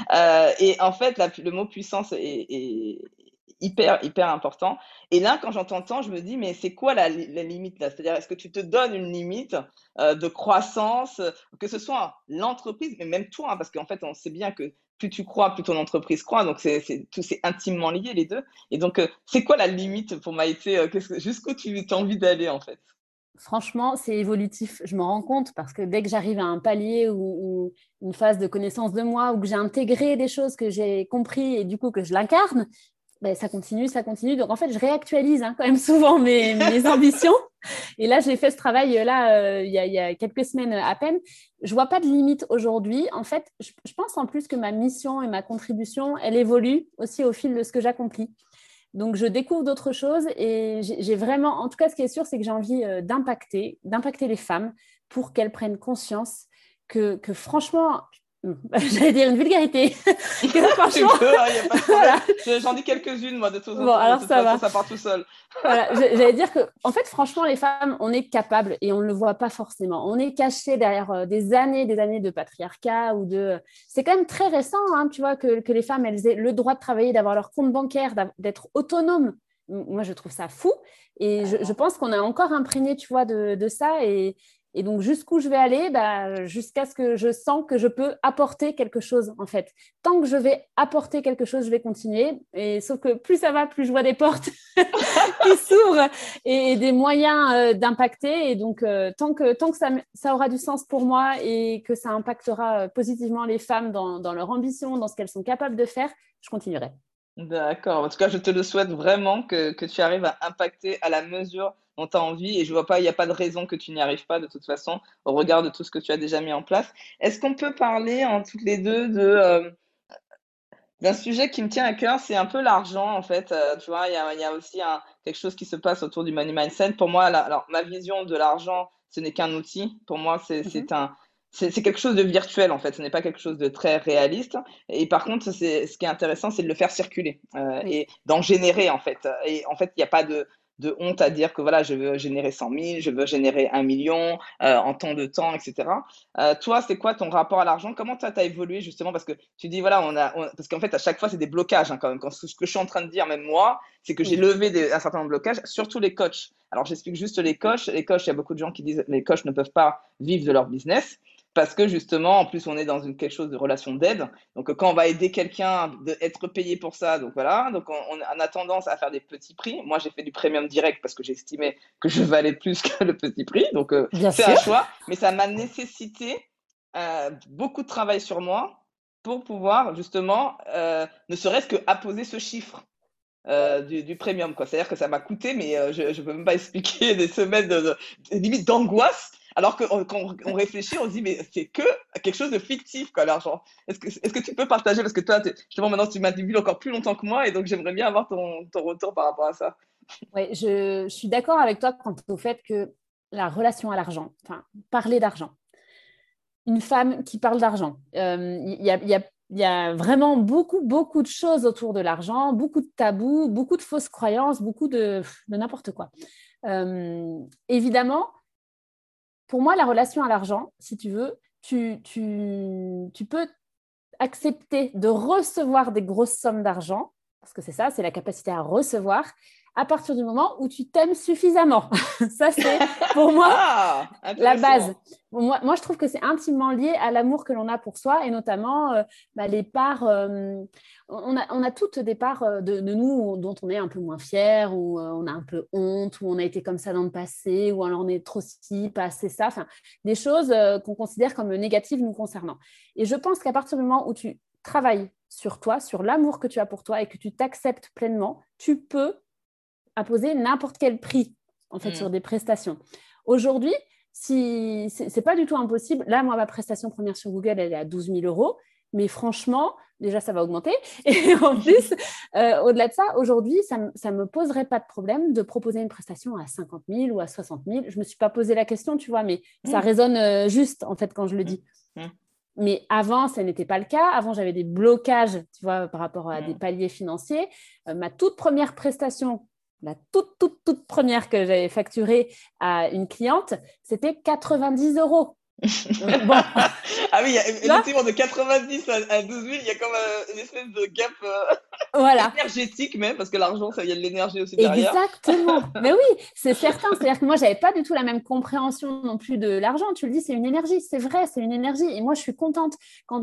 Et en fait, le mot puissance est hyper important. Et là, quand j'entends, je me dis, mais c'est quoi la limite là? C'est-à-dire, est-ce que tu te donnes une limite de croissance, que ce soit l'entreprise, mais même toi, hein, parce qu'en fait, on sait bien que plus tu crois, plus ton entreprise croît. Donc, c'est intimement lié les deux. Et donc, c'est quoi la limite pour Maïté? Jusqu'où tu as envie d'aller en fait? Franchement, c'est évolutif. Je me rends compte parce que dès que j'arrive à un palier ou une phase de connaissance de moi, ou que j'ai intégré des choses que j'ai compris et du coup que je l'incarne, ben, ça continue, ça continue. Donc en fait, je réactualise quand même souvent mes ambitions. Et là, j'ai fait ce travail là il y a quelques semaines à peine. Je vois pas de limite aujourd'hui. En fait, je pense en plus que ma mission et ma contribution, elle évolue aussi au fil de ce que j'accomplis. Donc, je découvre d'autres choses et j'ai vraiment, en tout cas, ce qui est sûr, c'est que j'ai envie d'impacter les femmes pour qu'elles prennent conscience que franchement, j'allais dire une vulgarité, que Tu franchement, peux, il n'y a pas de problème. voilà. J'en dis quelques-unes, moi, de temps en Bon, temps, mais de alors toute ça façon, va. ça part tout seul. Voilà, j'allais dire que, en fait, franchement, les femmes, on est capables et on ne le voit pas forcément. On est caché derrière des années de patriarcat ou de. C'est quand même très récent, hein, tu vois, que les femmes, elles aient le droit de travailler, d'avoir leur compte bancaire, d'être autonomes. Moi, je trouve ça fou et je pense qu'on est encore imprégné, tu vois, de ça et donc, jusqu'où je vais aller, jusqu'à ce que je sens que je peux apporter quelque chose, en fait. Tant que je vais apporter quelque chose, je vais continuer. Et sauf que plus ça va, plus je vois des portes qui s'ouvrent et des moyens d'impacter. Et donc, tant que ça aura du sens pour moi et que ça impactera positivement les femmes dans leur ambition, dans ce qu'elles sont capables de faire, je continuerai. D'accord. En tout cas, je te le souhaite vraiment que tu arrives à impacter à la mesure dont tu as envie. Et je vois pas, il n'y a pas de raison que tu n'y arrives pas de toute façon, au regard de tout ce que tu as déjà mis en place. Est-ce qu'on peut parler en toutes les deux d'un sujet qui me tient à cœur, c'est un peu l'argent en fait. Tu vois, il y a aussi quelque chose qui se passe autour du money mindset. Pour moi, alors ma vision de l'argent, ce n'est qu'un outil. Pour moi, Mhm. c'est quelque chose de virtuel en fait, ce n'est pas quelque chose de très réaliste. Et par contre, ce qui est intéressant, c'est de le faire circuler Oui, et d'en générer en fait. Et en fait, il n'y a pas de honte à dire que voilà, je veux générer 100 000, je veux générer 1 million en temps de temps, etc. Toi, c'est quoi ton rapport à l'argent? Comment toi, tu as évolué justement? Parce que tu dis, voilà, parce qu'en fait, à chaque fois, c'est des blocages hein, quand même. Ce que je suis en train de dire, même moi, c'est que j'ai oui. levé un certain nombre de blocages, surtout les coachs. Alors, j'explique juste les coachs. Les coachs, il y a beaucoup de gens qui disent les coachs ne peuvent pas vivre de leur business. Parce que justement, en plus, on est dans quelque chose de relation d'aide. Donc, quand on va aider quelqu'un, être payé pour ça, donc voilà. Donc, on a tendance à faire des petits prix. Moi, j'ai fait du premium direct parce que j'estimais que je valais plus que le petit prix. Donc, Bien c'est un sûr. choix. Mais ça m'a nécessité beaucoup de travail sur moi pour pouvoir justement, ne serait-ce que apposer ce chiffre du premium, quoi. C'est-à-dire que ça m'a coûté, mais je ne peux même pas expliquer des semaines limite d'angoisse. Alors que quand on réfléchit, on se dit, mais c'est que quelque chose de fictif, quoi, l'argent. Est-ce que tu peux partager? Parce que toi, justement, maintenant, tu manipules encore plus longtemps que moi, et donc j'aimerais bien avoir ton retour par rapport à ça. Ouais, je suis d'accord avec toi quant au fait que la relation à l'argent, enfin, parler d'argent, une femme qui parle d'argent, il y a vraiment beaucoup, beaucoup de choses autour de l'argent, beaucoup de tabous, beaucoup de fausses croyances, beaucoup de n'importe quoi. Évidemment, pour moi, la relation à l'argent, si tu veux, tu peux accepter de recevoir des grosses sommes d'argent, parce que c'est ça, c'est la capacité à recevoir, à partir du moment où tu t'aimes suffisamment. Ça, c'est pour moi Ah, la base. intéressant. Moi, je trouve que c'est intimement lié à l'amour que l'on a pour soi et notamment les parts. On a toutes des parts de nous dont on est un peu moins fier, ou on a un peu honte, ou on a été comme ça dans le passé, ou alors on est trop ci, pas assez ça. Enfin, des choses qu'on considère comme négatives nous concernant. Et je pense qu'à partir du moment où tu travailles sur toi, sur l'amour que tu as pour toi et que tu t'acceptes pleinement, tu peux apposer n'importe quel prix en fait Mm. sur des prestations. Aujourd'hui, si c'est pas du tout impossible. Là, moi, ma prestation première sur Google, elle est à 12 000 euros. Mais franchement, déjà, ça va augmenter. Et en plus, au-delà de ça, aujourd'hui, ça ne me poserait pas de problème de proposer une prestation à 50 000 ou à 60 000. Je ne me suis pas posé la question, tu vois, mais ça Mm. résonne juste, en fait, quand je le Mm. dis. Mm. Mais avant, ça n'était pas le cas. Avant, j'avais des blocages, tu vois, par rapport à des Mm. paliers financiers. Ma toute première prestation, la toute première que j'avais facturée à une cliente, c'était 90 euros. Bon, Ah oui, tu vois, effectivement, de 90 à 12 000, il y a comme une espèce de gap voilà. énergétique même, parce que l'argent, il y a de l'énergie aussi derrière. Exactement. Mais oui, c'est certain. C'est-à-dire que moi, j'avais pas du tout la même compréhension non plus de l'argent. Tu le dis, c'est une énergie. C'est vrai, c'est une énergie. Et moi, je suis contente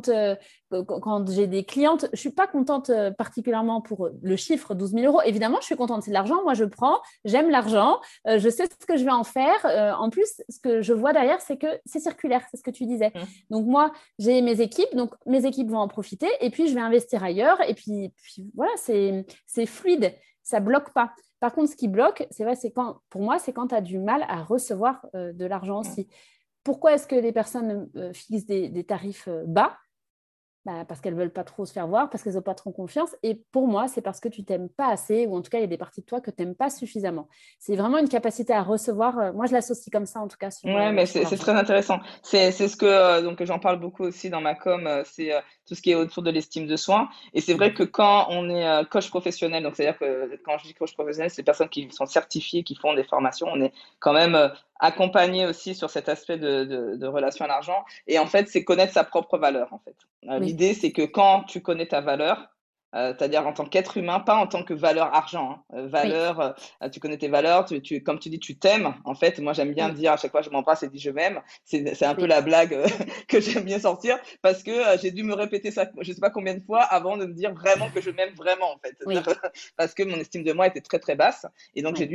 quand j'ai des clientes. Je suis pas contente particulièrement pour le chiffre 12 000 euros. Évidemment, je suis contente. C'est de l'argent. Moi, je prends. J'aime l'argent. Je sais ce que je vais en faire. En plus, ce que je vois derrière, c'est que c'est circulaire. C'est ce que tu disais. Mm. Donc moi, j'ai mes équipes. Donc mes équipes vont en profiter. Et puis, je vais investir ailleurs. Et puis voilà, c'est fluide. Ça bloque pas. Par contre, ce qui bloque, c'est vrai, pour moi, c'est quand tu as du mal à recevoir de l'argent Mm. aussi. Pourquoi est-ce que les personnes fixent des tarifs bas? Bah, parce qu'elles ne veulent pas trop se faire voir, parce qu'elles n'ont pas trop confiance. Et pour moi, c'est parce que tu t'aimes pas assez, ou en tout cas, il y a des parties de toi que tu n'aimes pas suffisamment. C'est vraiment une capacité à recevoir. Moi, je l'associe comme ça, en tout cas, Ouais, mais sur c'est l'argent. très intéressant. C'est ce que donc j'en parle beaucoup aussi dans ma com. C'est tout ce qui est autour de l'estime de soi. Et c'est vrai que quand on est coach professionnel, donc c'est-à-dire que quand je dis coach professionnel, c'est les personnes qui sont certifiées, qui font des formations. On est quand même accompagné aussi sur cet aspect de relation à l'argent. Et en fait, c'est connaître sa propre valeur. En fait, Oui, l'idée c'est que quand tu connais ta valeur, c'est-à-dire en tant qu'être humain, pas en tant que valeur argent, hein. oui, Valeur, tu connais tes valeurs, comme tu dis, tu t'aimes. En fait, moi, j'aime bien oui, dire à chaque fois, je m'embrasse et dis je m'aime. C'est un peu oui, la blague que j'aime bien sortir parce que j'ai dû me répéter ça, je sais pas combien de fois avant de me dire vraiment que je m'aime vraiment, en fait. oui, Parce que mon estime de moi était très, très basse. Et donc, j'ai oui. dû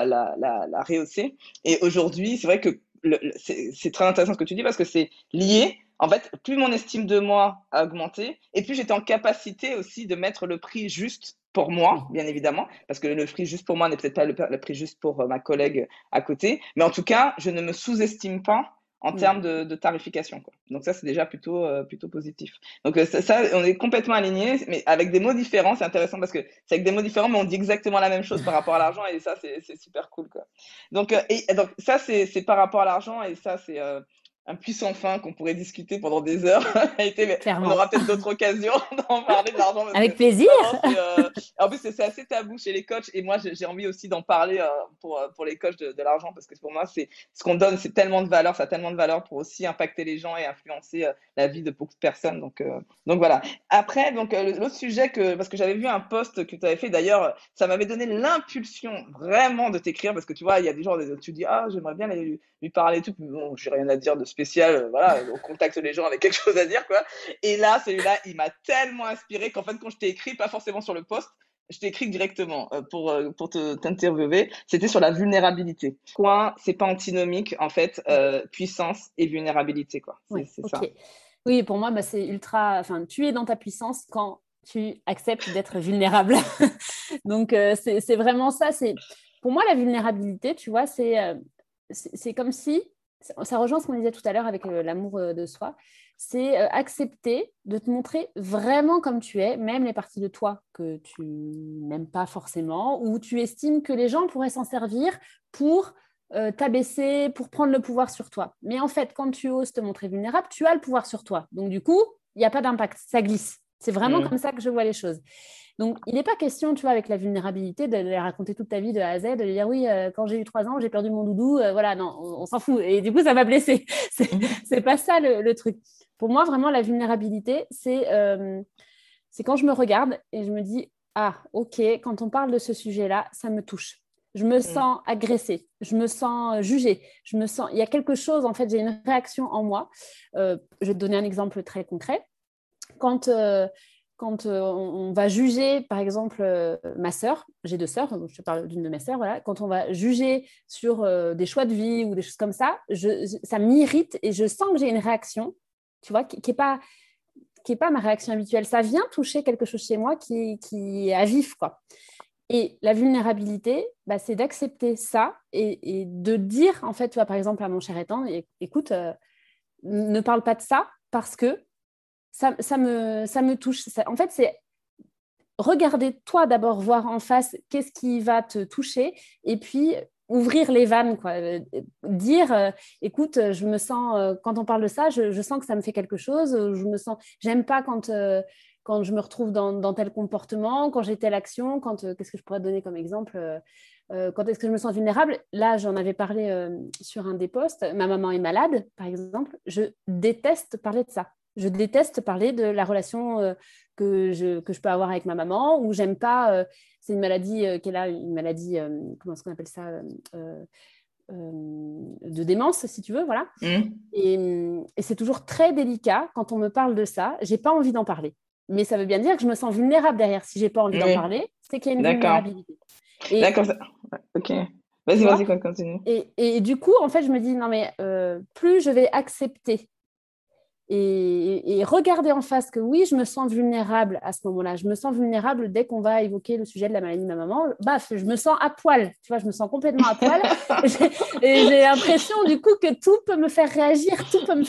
la rehausser. Et aujourd'hui, c'est vrai que c'est très intéressant ce que tu dis parce que c'est lié. En fait, plus mon estime de moi a augmenté, et plus j'étais en capacité aussi de mettre le prix juste pour moi, Oui. bien évidemment, parce que le prix juste pour moi n'est peut-être pas le prix juste pour ma collègue à côté, mais en tout cas, je ne me sous-estime pas en Mm. termes de tarification, quoi. Donc ça, c'est déjà plutôt positif. Donc ça, on est complètement alignés, mais avec des mots différents. C'est intéressant parce que c'est avec des mots différents, mais on dit exactement la même chose par rapport à l'argent, et ça, c'est super cool, quoi. Donc, donc ça, c'est par rapport à l'argent, et ça, un puissant fin qu'on pourrait discuter pendant des heures. Mais on Clairement. aura peut-être d'autres occasions d'en parler de l'argent parce que Avec plaisir. vraiment, en plus, c'est assez tabou chez les coachs. Et moi, j'ai envie aussi d'en parler pour les coachs de l'argent parce que pour moi, c'est ce qu'on donne, c'est tellement de valeur, ça a tellement de valeur pour aussi impacter les gens et influencer la vie de beaucoup de personnes. Donc voilà. Après, l'autre sujet parce que j'avais vu un post que tu avais fait d'ailleurs, ça m'avait donné l'impulsion vraiment de t'écrire parce que tu vois, il y a des gens, tu dis, ah, j'aimerais bien lui parler et tout. Mais bon, j'ai rien à dire de spécial. Voilà, on contacte les gens avec quelque chose à dire, quoi. Et là, celui-là, il m'a tellement inspiré qu'en fait, quand je t'ai écrit, pas forcément sur le post, je t'ai écrit directement pour t'interviewer. C'était sur la vulnérabilité. Quoi, c'est pas antinomique, en fait, puissance et vulnérabilité, quoi. C'est Ok. ça. Oui, pour moi, c'est ultra. Enfin, tu es dans ta puissance quand tu acceptes d'être vulnérable. Donc, c'est vraiment ça. Pour moi, la vulnérabilité, tu vois, c'est comme si. Ça rejoint ce qu'on disait tout à l'heure avec l'amour de soi. C'est accepter de te montrer vraiment comme tu es, même les parties de toi que tu n'aimes pas forcément, ou tu estimes que les gens pourraient s'en servir pour t'abaisser, pour prendre le pouvoir sur toi. Mais en fait, quand tu oses te montrer vulnérable, tu as le pouvoir sur toi. Donc, du coup, il n'y a pas d'impact, ça glisse. C'est vraiment comme ça que je vois les choses. Donc, il n'est pas question, tu vois, avec la vulnérabilité, de les raconter toute ta vie de A à Z, de dire oui, quand j'ai eu 3 ans, j'ai perdu mon doudou, voilà, non, on s'en fout. Et du coup, ça m'a blessé. C'est pas ça le truc. Pour moi, vraiment, la vulnérabilité, c'est quand je me regarde et je me dis, ah, ok, quand on parle de ce sujet-là, ça me touche. Je me sens agressée, je me sens jugée, il y a quelque chose, en fait, j'ai une réaction en moi. Je vais te donner un exemple très concret. Quand on va juger, par exemple, ma sœur, j'ai 2 sœurs, je te parle d'une de mes sœurs, voilà, quand on va juger sur des choix de vie ou des choses comme ça, ça m'irrite et je sens que j'ai une réaction, tu vois, qui est pas ma réaction habituelle. Ça vient toucher quelque chose chez moi qui est à vif, quoi. Et la vulnérabilité, bah, c'est d'accepter ça et de dire, en fait, tu vois, par exemple, à mon cher étant, écoute, ne parle pas de ça parce que ça me touche. En fait, c'est regarder toi d'abord, voir en face qu'est-ce qui va te toucher et puis ouvrir les vannes, quoi. Dire, écoute, je me sens, quand on parle de ça, je sens que ça me fait quelque chose, j'aime pas quand je me retrouve dans tel comportement, quand j'ai telle action, qu'est-ce que je pourrais donner comme exemple quand est-ce que je me sens vulnérable? Là, j'en avais parlé sur un des posts. Ma maman est malade, par exemple. Je déteste parler de ça. Je déteste parler de la relation que je peux avoir avec ma maman, ou j'aime pas. C'est une maladie qu'elle a, une maladie, comment est-ce qu'on appelle ça de démence, si tu veux, voilà. Et c'est toujours très délicat quand on me parle de ça. J'ai pas envie d'en parler. Mais ça veut bien dire que je me sens vulnérable derrière. Si j'ai pas envie d'en parler, c'est qu'il y a une D'accord. vulnérabilité. Et D'accord. Ok. tu vois, Vas-y, continue. et du coup, en fait, je me dis, non, mais plus je vais accepter et regarder en face que oui, je me sens vulnérable à ce moment-là. Je me sens vulnérable dès qu'on va évoquer le sujet de la maladie de ma maman. Baf, je me sens à poil. Tu vois, je me sens complètement à poil. Et j'ai l'impression, du coup, que tout peut me faire réagir, tout peut me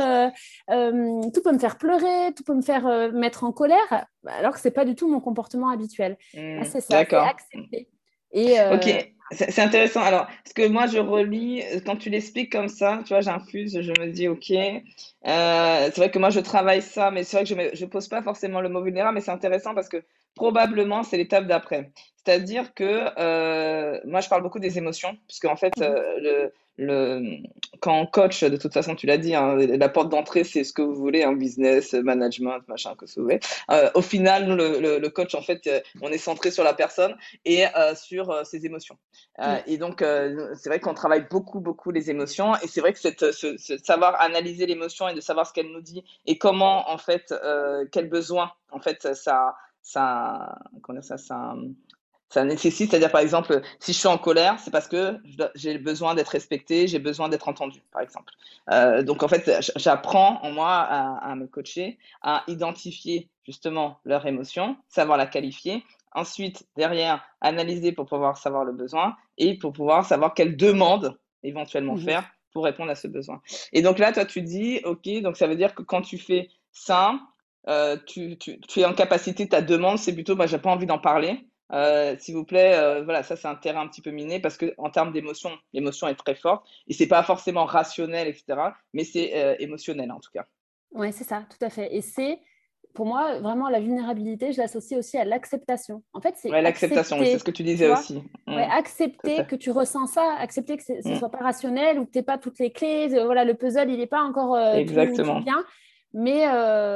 faire pleurer, tout peut me faire mettre en colère, alors que ce n'est pas du tout mon comportement habituel. Ah, c'est ça, c'est D'accord. accepter. Et Ok, c'est intéressant. Alors, parce que moi, je relis, quand tu l'expliques comme ça, tu vois, j'infuse, je me dis, ok, c'est vrai que moi, je travaille ça, mais c'est vrai que je pose pas forcément le mot vulnérable, mais c'est intéressant parce que probablement, c'est l'étape d'après. C'est-à-dire que moi, je parle beaucoup des émotions, puisque en fait, quand on coach, de toute façon, tu l'as dit, hein, la porte d'entrée, c'est ce que vous voulez, hein, business, management, machin, que ce que vous voulez. Au final, nous, le coach, en fait, on est centré sur la personne et sur ses émotions. Et donc, c'est vrai qu'on travaille beaucoup, beaucoup les émotions. Et c'est vrai que ce savoir analyser l'émotion et de savoir ce qu'elle nous dit et comment, en fait, quel besoin, en fait, comment dire ça nécessite. C'est-à-dire, par exemple, si je suis en colère, c'est parce que j'ai besoin d'être respectée, j'ai besoin d'être entendue, par exemple. Donc, en fait, j'apprends en moi à me coacher, à identifier justement leur émotion, savoir la qualifier. Ensuite, derrière, analyser pour pouvoir savoir le besoin et pour pouvoir savoir quelle demande éventuellement faire pour répondre à ce besoin. Et donc là, toi, tu dis, OK, donc ça veut dire que quand tu fais ça, tu es en capacité, ta demande, c'est plutôt, bah, j'ai pas envie d'en parler. S'il vous plaît, voilà, ça c'est un terrain un petit peu miné parce que en termes d'émotion, l'émotion est très forte et c'est pas forcément rationnel, etc. Mais c'est émotionnel en tout cas. Ouais, c'est ça, tout à fait. Et c'est, pour moi, vraiment, la vulnérabilité, je l'associe aussi à l'acceptation. En fait, c'est Ouais, l'acceptation, oui, c'est ce accepter, que tu tu disais vois. aussi. Ouais, Tout à accepter fait. que tu ressens ça, accepter que ce Mm, soit pas rationnel ou que tu n'aies pas toutes les clés. Voilà, le puzzle, il n'est pas encore tout exactement. bien. Mais,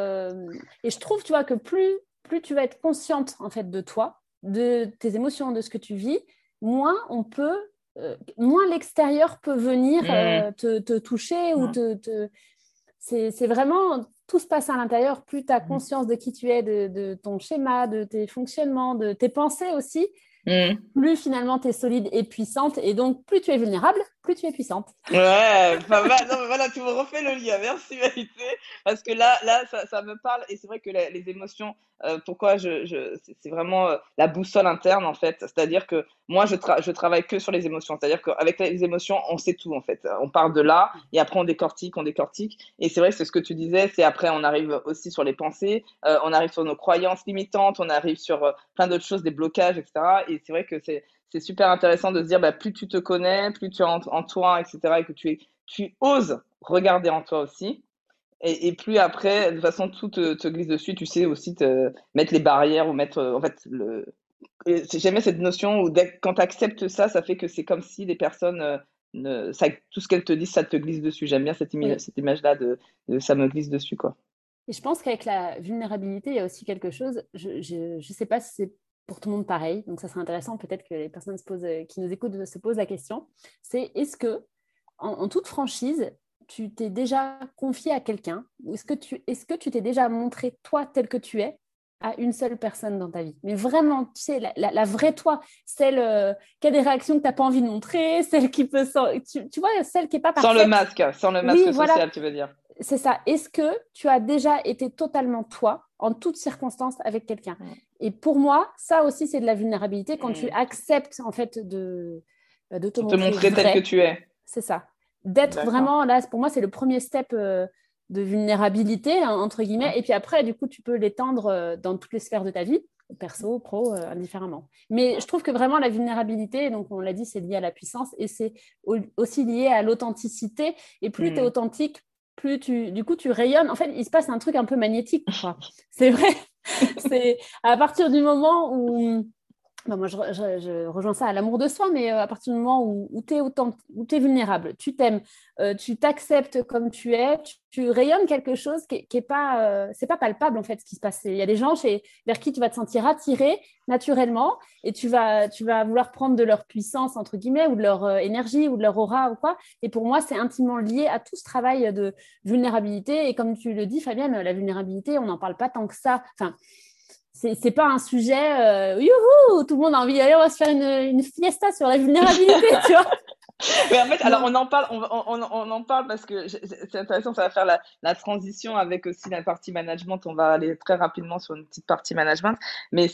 et je trouve, tu vois, que plus tu vas être consciente, en fait, de toi, de tes émotions, de ce que tu vis, moins on peut, moins l'extérieur peut venir Mm, te toucher ou mm, c'est vraiment, tout se passe à l'intérieur. Plus tu as mm, conscience de qui tu es, de ton schéma, de tes fonctionnements, de tes pensées aussi, mm. plus finalement tu es solide et puissante. Et donc, plus tu es vulnérable, plus tu es puissante. Ouais, pas mal. Non, mais voilà, tu me refais le lien. Merci, Maïté. Parce que là, ça me parle. Et c'est vrai que les émotions, pourquoi c'est vraiment la boussole interne, en fait. C'est-à-dire que moi, je travaille que sur les émotions. C'est-à-dire qu'avec les émotions, on sait tout, en fait. On part de là et après, on décortique, on décortique. Et c'est vrai que c'est ce que tu disais. C'est après, on arrive aussi sur les pensées, on arrive sur nos croyances limitantes, on arrive sur plein d'autres choses, des blocages, etc. Et c'est vrai que c'est super intéressant de se dire, bah, plus tu te connais, plus tu es en toi, etc., et que tu oses regarder en toi aussi. Et plus après, de toute façon, tout te glisse dessus. Tu sais aussi mettre les barrières ou mettre, en fait, j'aimais cette notion où quand tu acceptes ça, ça fait que c'est comme si les personnes, tout ce qu'elles te disent, ça te glisse dessus. J'aime bien Oui. cette image-là de ça me glisse dessus, quoi. Et je pense qu'avec la vulnérabilité, il y a aussi quelque chose, je sais pas si c'est pour tout le monde pareil, donc ça serait intéressant peut-être que les personnes qui nous écoutent se posent la question, c'est est-ce que, en toute franchise, tu t'es déjà confié à quelqu'un ou est-ce que tu t'es déjà montré toi tel que tu es à une seule personne dans ta vie? Mais vraiment, tu sais, la vraie toi, celle qui a des réactions que tu n'as pas envie de montrer, celle qui peut... Tu vois, celle qui n'est pas parfaite. Sans le Oui, masque voilà, social, tu veux dire. c'est ça. Est-ce que tu as déjà été totalement toi, en toutes circonstances, avec quelqu'un? Mm. Et pour moi, ça aussi, c'est de la vulnérabilité quand tu Mm. acceptes, en fait, de te De te montrer montrer tel que vrai. tu es. C'est ça. D'être D'accord. vraiment, là, pour moi, c'est le premier step de vulnérabilité, hein, entre guillemets. Et puis après, du coup, tu peux l'étendre dans toutes les sphères de ta vie, perso, pro, indifféremment. Mais je trouve que vraiment la vulnérabilité, donc on l'a dit, c'est lié à la puissance et c'est aussi lié à l'authenticité. Et plus tu es Mm. authentique, du coup, tu rayonnes. En fait, il se passe un truc un peu magnétique, quoi. C'est vrai. C'est à partir du moment où bah, moi, je rejoins ça à l'amour de soi, mais à partir du moment où tu es où tu vulnérable, tu t'aimes, tu t'acceptes comme tu es, tu rayonnes quelque chose qui est pas, c'est pas palpable en fait ce qui se passe. Il y a des gens vers qui tu vas te sentir attiré naturellement et tu vas vouloir prendre de leur puissance, entre guillemets, ou de leur énergie ou de leur aura ou quoi. Et pour moi, c'est intimement lié à tout ce travail de vulnérabilité. Et comme tu le dis, Fabienne, la vulnérabilité, on n'en parle pas tant que ça. Enfin, c'est pas un sujet youhou, tout le monde a envie d'aller, on va se faire une fiesta sur la vulnérabilité, tu vois. Mais en fait, alors Non. on en parle, on en parle parce que c'est intéressant, ça va faire la transition avec aussi la partie management. On va aller très rapidement sur une petite partie management, mais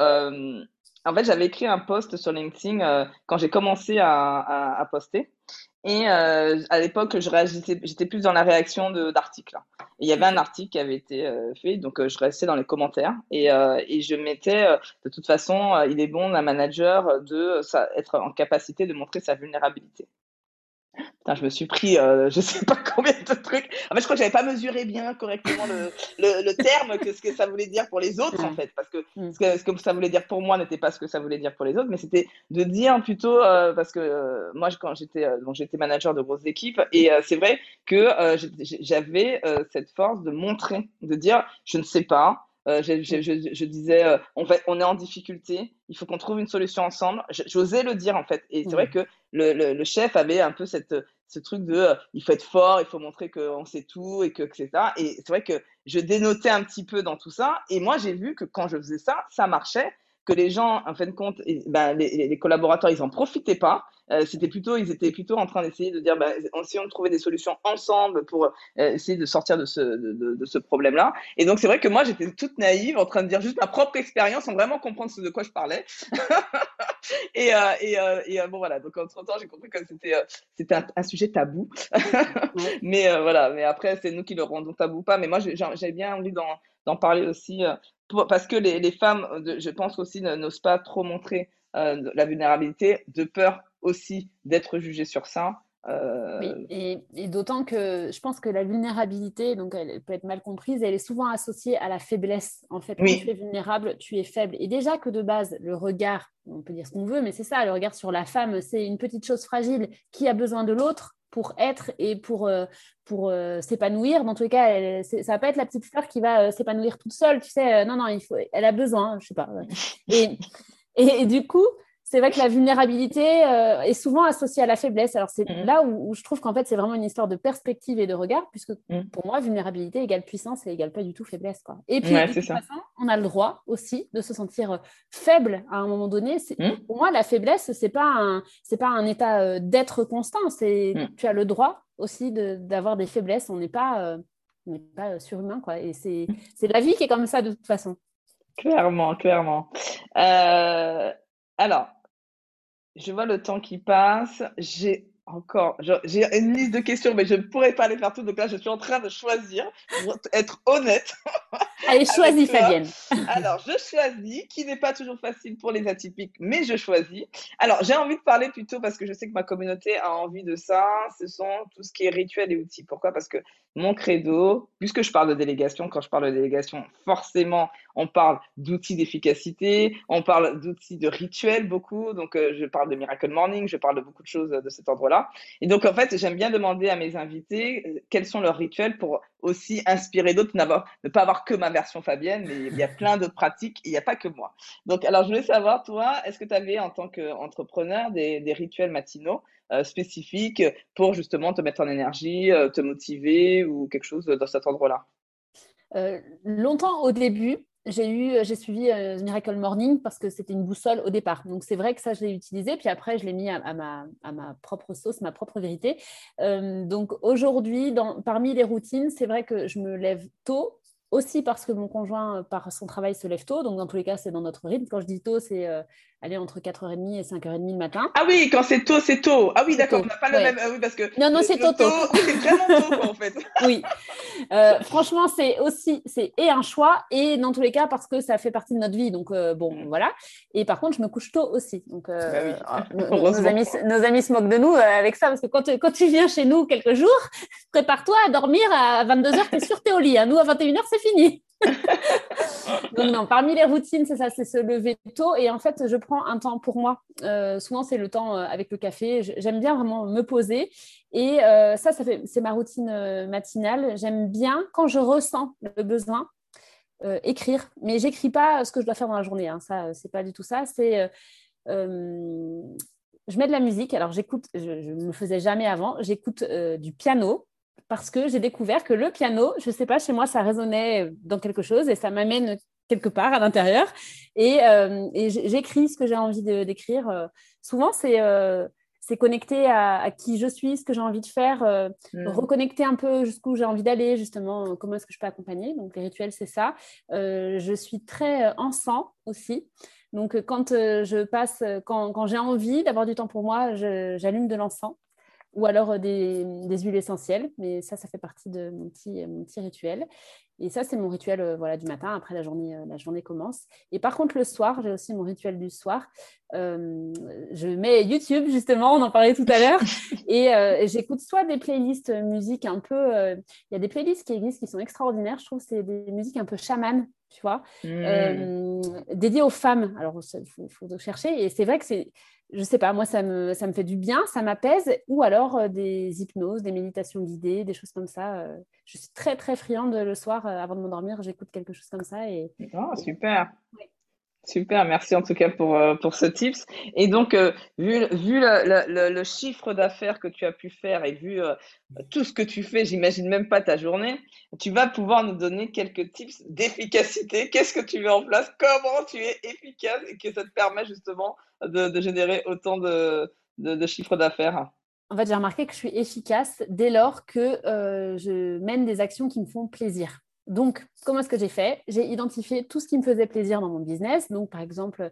en fait, j'avais écrit un post sur LinkedIn quand j'ai commencé à poster. Et à l'époque, j'étais plus dans la réaction d'articles. Et il y avait un Ok. article qui avait été fait, donc je restais dans les commentaires et je mettais, de toute façon, il est bon d'un manager être en capacité de montrer sa vulnérabilité. Putain, je me suis pris, je sais pas combien de trucs. En fait, je crois que j'avais pas mesuré bien correctement le terme, que ce que ça voulait dire pour les autres, en Ouais. fait, parce que Mm. ce que ça voulait dire pour moi n'était pas ce que ça voulait dire pour les autres, mais c'était de dire plutôt, parce que moi, quand j'étais manager de grosses équipes, et c'est vrai que j'avais cette force de montrer, de dire, je ne sais pas. Mm. Je disais, on est en difficulté, il faut qu'on trouve une solution ensemble. J'osais le dire en fait, et c'est vrai Ouais. que le chef avait un peu ce truc de il faut être fort, il faut montrer qu'on sait tout et etc. Et c'est vrai que je dénotais un petit peu dans tout ça. Et moi, j'ai vu que quand je faisais ça, ça marchait, que les gens, en fin de compte, ben, les collaborateurs, ils en profitaient pas. Ils étaient plutôt en train d'essayer de dire, ben, essayons de trouver des solutions ensemble pour essayer de sortir de ce problème-là. Et donc, c'est vrai que moi, j'étais toute naïve, en train de dire juste ma propre expérience, sans vraiment comprendre ce de quoi je parlais. Bon, voilà. Donc, entre-temps, j'ai compris que c'était un sujet tabou. Ouais. Mais voilà. Mais après, c'est nous qui le rendons tabou ou pas. Mais moi, j'avais bien envie d'en parler aussi, parce que les femmes, je pense aussi, n'osent pas trop montrer la vulnérabilité, de peur aussi d'être jugées sur ça. Oui, Euh, et d'autant que je pense que la vulnérabilité, donc elle peut être mal comprise, elle est souvent associée à la faiblesse. En fait, quand tu es oui, vulnérable, tu es faible. Et déjà que de base, le regard, on peut dire ce qu'on veut, mais c'est ça, le regard sur la femme, c'est une petite chose fragile qui a besoin de l'autre pour être et pour s'épanouir. Dans tous les cas, ça va pas être la petite fleur qui va s'épanouir toute seule, tu sais. Non, non, elle a besoin, je sais pas. Et, et du coup, c'est vrai que la vulnérabilité est souvent associée à la faiblesse. Alors, c'est mm, là où je trouve qu'en fait, c'est vraiment une histoire de perspective et de regard, puisque mm, pour moi, vulnérabilité égale puissance et égale pas du tout faiblesse, quoi. Et puis, ouais, de c'est toute ça. façon, on a le droit aussi de se sentir faible à un moment donné. Mm, Pour moi, la faiblesse, c'est pas un état d'être constant. mm. Tu as le droit aussi d'avoir des faiblesses. On n'est pas surhumain, quoi. Et c'est la vie qui est comme ça de toute façon. Clairement, clairement. Euh, alors, je vois le temps qui passe. J'ai une liste de questions, mais je ne pourrais pas les faire toutes. Donc là, je suis en train de choisir pour être honnête Allez, avec choisis, toi. Fabienne. Alors, je choisis, qui n'est pas toujours facile pour les atypiques, mais je choisis. Alors, j'ai envie de parler plutôt parce que je sais que ma communauté a envie de ça. Ce sont tout ce qui est rituel et outils. Pourquoi? Parce que mon credo, puisque je parle de délégation, quand je parle de délégation, forcément, on parle d'outils d'efficacité, on parle d'outils de rituels beaucoup. Donc, je parle de Miracle Morning, je parle de beaucoup de choses de cet ordre-là. Et donc, en fait, j'aime bien demander à mes invités quels sont leurs rituels pour aussi inspirer d'autres, ne pas avoir que ma version Fabienne, mais il y a plein d'autres pratiques, il n'y a pas que moi. Donc, alors, je voulais savoir, toi, est-ce que tu avais, en tant qu'entrepreneur, des rituels matinaux spécifiques pour justement te mettre en énergie, te motiver ou quelque chose dans cet ordre-là? Longtemps au début, j'ai suivi Miracle Morning parce que c'était une boussole au départ. Donc c'est vrai que ça, je l'ai utilisé. Puis après, je l'ai mis à ma propre sauce, ma propre vérité. Donc aujourd'hui, parmi les routines, c'est vrai que je me lève tôt. Aussi parce que mon conjoint, par son travail, se lève tôt. Donc, dans tous les cas, c'est dans notre rythme. Quand je dis tôt, c'est aller entre 4h30 et 5h30 le matin. Ah oui, quand c'est tôt, c'est tôt. Ah oui, C'est d'accord, on tôt. n'a pas le même. Ouais. Ah oui, parce que Non, non, c'est le Toto. tôt, c'est vraiment tôt, quoi, en fait. Oui. Franchement, c'est et un choix et dans tous les cas parce que ça fait partie de notre vie. Donc bon, voilà. Et par contre, je me couche tôt aussi. Donc Bah oui, nos heureusement. amis se moquent de nous avec ça parce que quand tu viens chez nous quelques jours, prépare-toi à dormir à 22h, tu es sûr, tu es au lit. Hein. Nous, à 21h, c'est fini. Donc non, parmi les routines, c'est ça, c'est se lever tôt. Et en fait, je prends un temps pour moi. Souvent, c'est le temps avec le café. J'aime bien vraiment me poser. Et c'est ma routine matinale. J'aime bien, quand je ressens le besoin, écrire. Mais j'écris pas ce que je dois faire dans la journée. Hein. Ça, c'est pas du tout ça. Euh, je mets de la musique. Alors, je ne le faisais jamais avant. J'écoute du piano parce que j'ai découvert que le piano, je ne sais pas, chez moi, ça résonnait dans quelque chose et ça m'amène quelque part à l'intérieur. Et j'écris ce que j'ai envie d'écrire. Souvent, c'est connecter à qui je suis, ce que j'ai envie de faire, Hmm. reconnecter un peu jusqu'où j'ai envie d'aller, justement, comment est-ce que je peux accompagner. Donc, les rituels, c'est ça. Je suis très encens aussi. Donc, quand j'ai envie d'avoir du temps pour moi, j'allume de l'encens ou alors des huiles essentielles. Mais ça fait partie de mon petit rituel. Et ça, c'est mon rituel voilà, du matin. Après, la journée commence. Et par contre, le soir, j'ai aussi mon rituel du soir. Euh, je mets YouTube, justement, on en parlait tout à l'heure. Et j'écoute soit des playlists musique un peu... Il y a des playlists qui existent qui sont extraordinaires. Je trouve que c'est des musiques un peu chamanes, tu vois, Hmm. dédiées aux femmes. Alors, il faut chercher. Et c'est vrai que je sais pas, moi, ça me fait du bien, ça m'apaise, ou alors des hypnoses, des méditations guidées, des choses comme ça. Je suis très, très friande le soir, avant de m'endormir, j'écoute quelque chose comme ça. Oh, Et- super. ouais. Super, merci en tout cas pour ce tips. Et donc, vu le chiffre d'affaires que tu as pu faire et vu tout ce que tu fais, j'imagine même pas ta journée, tu vas pouvoir nous donner quelques tips d'efficacité. Qu'est-ce que tu mets en place? Comment tu es efficace et que ça te permet justement de générer autant de chiffre d'affaires? En fait, j'ai remarqué que je suis efficace dès lors que je mène des actions qui me font plaisir. Donc, comment est-ce que j'ai fait? J'ai identifié tout ce qui me faisait plaisir dans mon business. Donc, par exemple,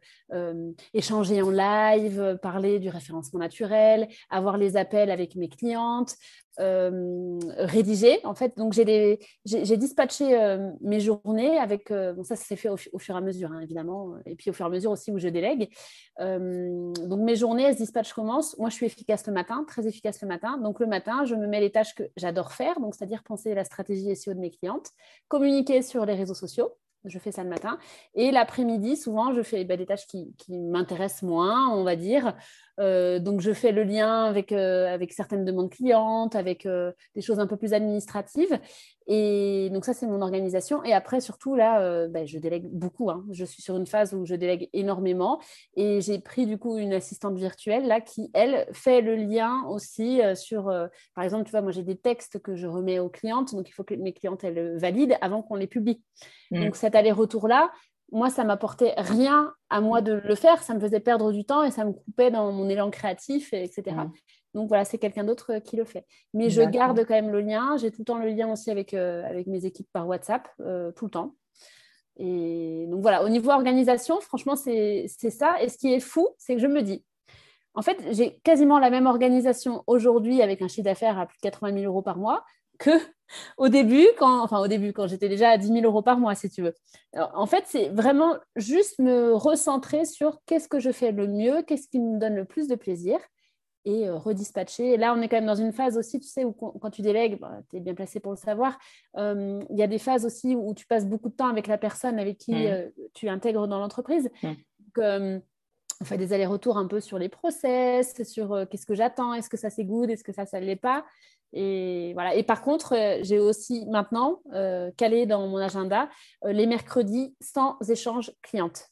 échanger en live, parler du référencement naturel, avoir les appels avec mes clientes, rédigé. En fait, donc j'ai dispatché mes journées avec. Bon, ça s'est fait au fur et à mesure, hein, évidemment, et puis au fur et à mesure aussi où je délègue. Donc mes journées, elles se dispatchent comment? Moi, je suis efficace le matin, très efficace le matin. Donc le matin, je me mets les tâches que j'adore faire, donc c'est-à-dire penser la stratégie SEO de mes clientes, communiquer sur les réseaux sociaux. Je fais ça le matin. Et l'après-midi, souvent, je fais des tâches qui m'intéressent moins, on va dire. Donc, je fais le lien avec certaines demandes clientes, avec des choses un peu plus administratives. Et donc, ça, c'est mon organisation. Et après, surtout, là, je délègue beaucoup, hein. Je suis sur une phase où je délègue énormément. Et j'ai pris, du coup, une assistante virtuelle, là, qui, elle, fait le lien aussi par exemple, tu vois, moi, j'ai des textes que je remets aux clientes. Donc, il faut que mes clientes, elles valident avant qu'on les publie. Donc, cet aller-retour-là, moi, ça m'apportait rien à moi de le faire. Ça me faisait perdre du temps et ça me coupait dans mon élan créatif, etc. Donc, voilà, c'est quelqu'un d'autre qui le fait. Mais je garde quand même le lien. J'ai tout le temps le lien aussi avec mes équipes par WhatsApp, tout le temps. Et donc, voilà, au niveau organisation, franchement, c'est ça. Et ce qui est fou, c'est que je me dis, en fait, j'ai quasiment la même organisation aujourd'hui avec un chiffre d'affaires à plus de 80 000 euros par mois que au début, quand j'étais déjà à 10 000 euros par mois, si tu veux. Alors, en fait, c'est vraiment juste me recentrer sur qu'est-ce que je fais le mieux, qu'est-ce qui me donne le plus de plaisir et redispatcher. Et là, on est quand même dans une phase aussi, tu sais, où quand tu délègues, tu es bien placé pour le savoir, il y a des phases aussi où tu passes beaucoup de temps avec la personne avec qui tu intègres dans l'entreprise. Donc, on fait des allers-retours un peu sur les process, sur qu'est-ce que j'attends, est-ce que ça c'est good, est-ce que ça ne l'est pas. Et voilà. Et par contre, j'ai aussi maintenant calé dans mon agenda les mercredis sans échange cliente.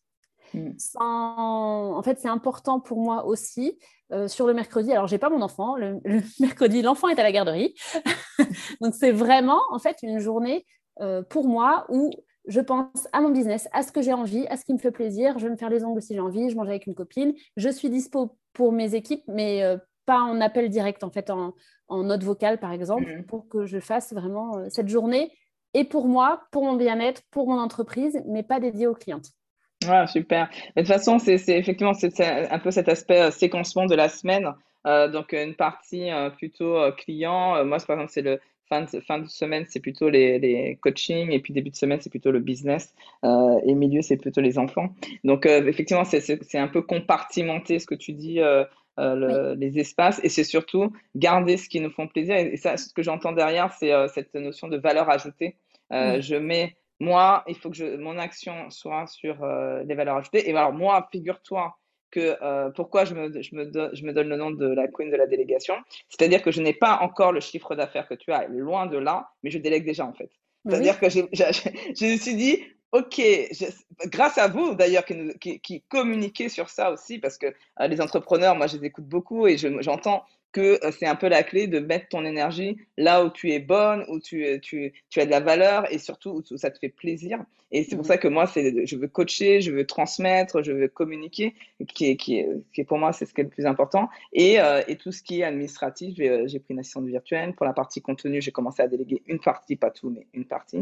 En fait, c'est important pour moi aussi sur le mercredi. Alors, j'ai pas mon enfant. Le mercredi, l'enfant est à la garderie. Donc, c'est vraiment en fait une journée pour moi où je pense à mon business, à ce que j'ai envie, à ce qui me fait plaisir. Je vais me faire les ongles si j'ai envie. Je mange avec une copine. Je suis dispo pour mes équipes, mais pas en appel direct, en fait, en note vocale, par exemple, pour que je fasse vraiment cette journée. Et pour moi, pour mon bien-être, pour mon entreprise, mais pas dédiée aux clientes. Ah, super. Mais de toute façon, effectivement c'est un peu cet aspect séquencement de la semaine. Donc, une partie plutôt client. Moi, par exemple, c'est le fin de semaine, c'est plutôt les coachings. Et puis, début de semaine, c'est plutôt le business. Et milieu, c'est plutôt les enfants. Donc, effectivement, c'est un peu compartimenter ce que tu dis, Oui. les espaces. Et c'est surtout garder ce qui nous font plaisir. Et ça, ce que j'entends derrière, c'est cette notion de valeur ajoutée. Oui. Je mets moi, il faut que mon action soit sur les valeurs ajoutées. Et alors, moi, figure-toi que pourquoi je me donne le nom de la queen de la délégation. C'est-à-dire que je n'ai pas encore le chiffre d'affaires que tu as, loin de là, mais je délègue déjà en fait. Oui. C'est-à-dire que je me suis dit, OK, grâce à vous d'ailleurs qui communiquez sur ça aussi, parce que les entrepreneurs, moi, je les écoute beaucoup et j'entends que c'est un peu la clé de mettre ton énergie là où tu es bonne, où tu as de la valeur et surtout où ça te fait plaisir. Et c'est pour ça que moi, je veux coacher, je veux transmettre, je veux communiquer, qui est pour moi, c'est ce qui est le plus important. Et tout ce qui est administratif, j'ai pris une assistante virtuelle. Pour la partie contenu, j'ai commencé à déléguer une partie, pas tout, mais une partie.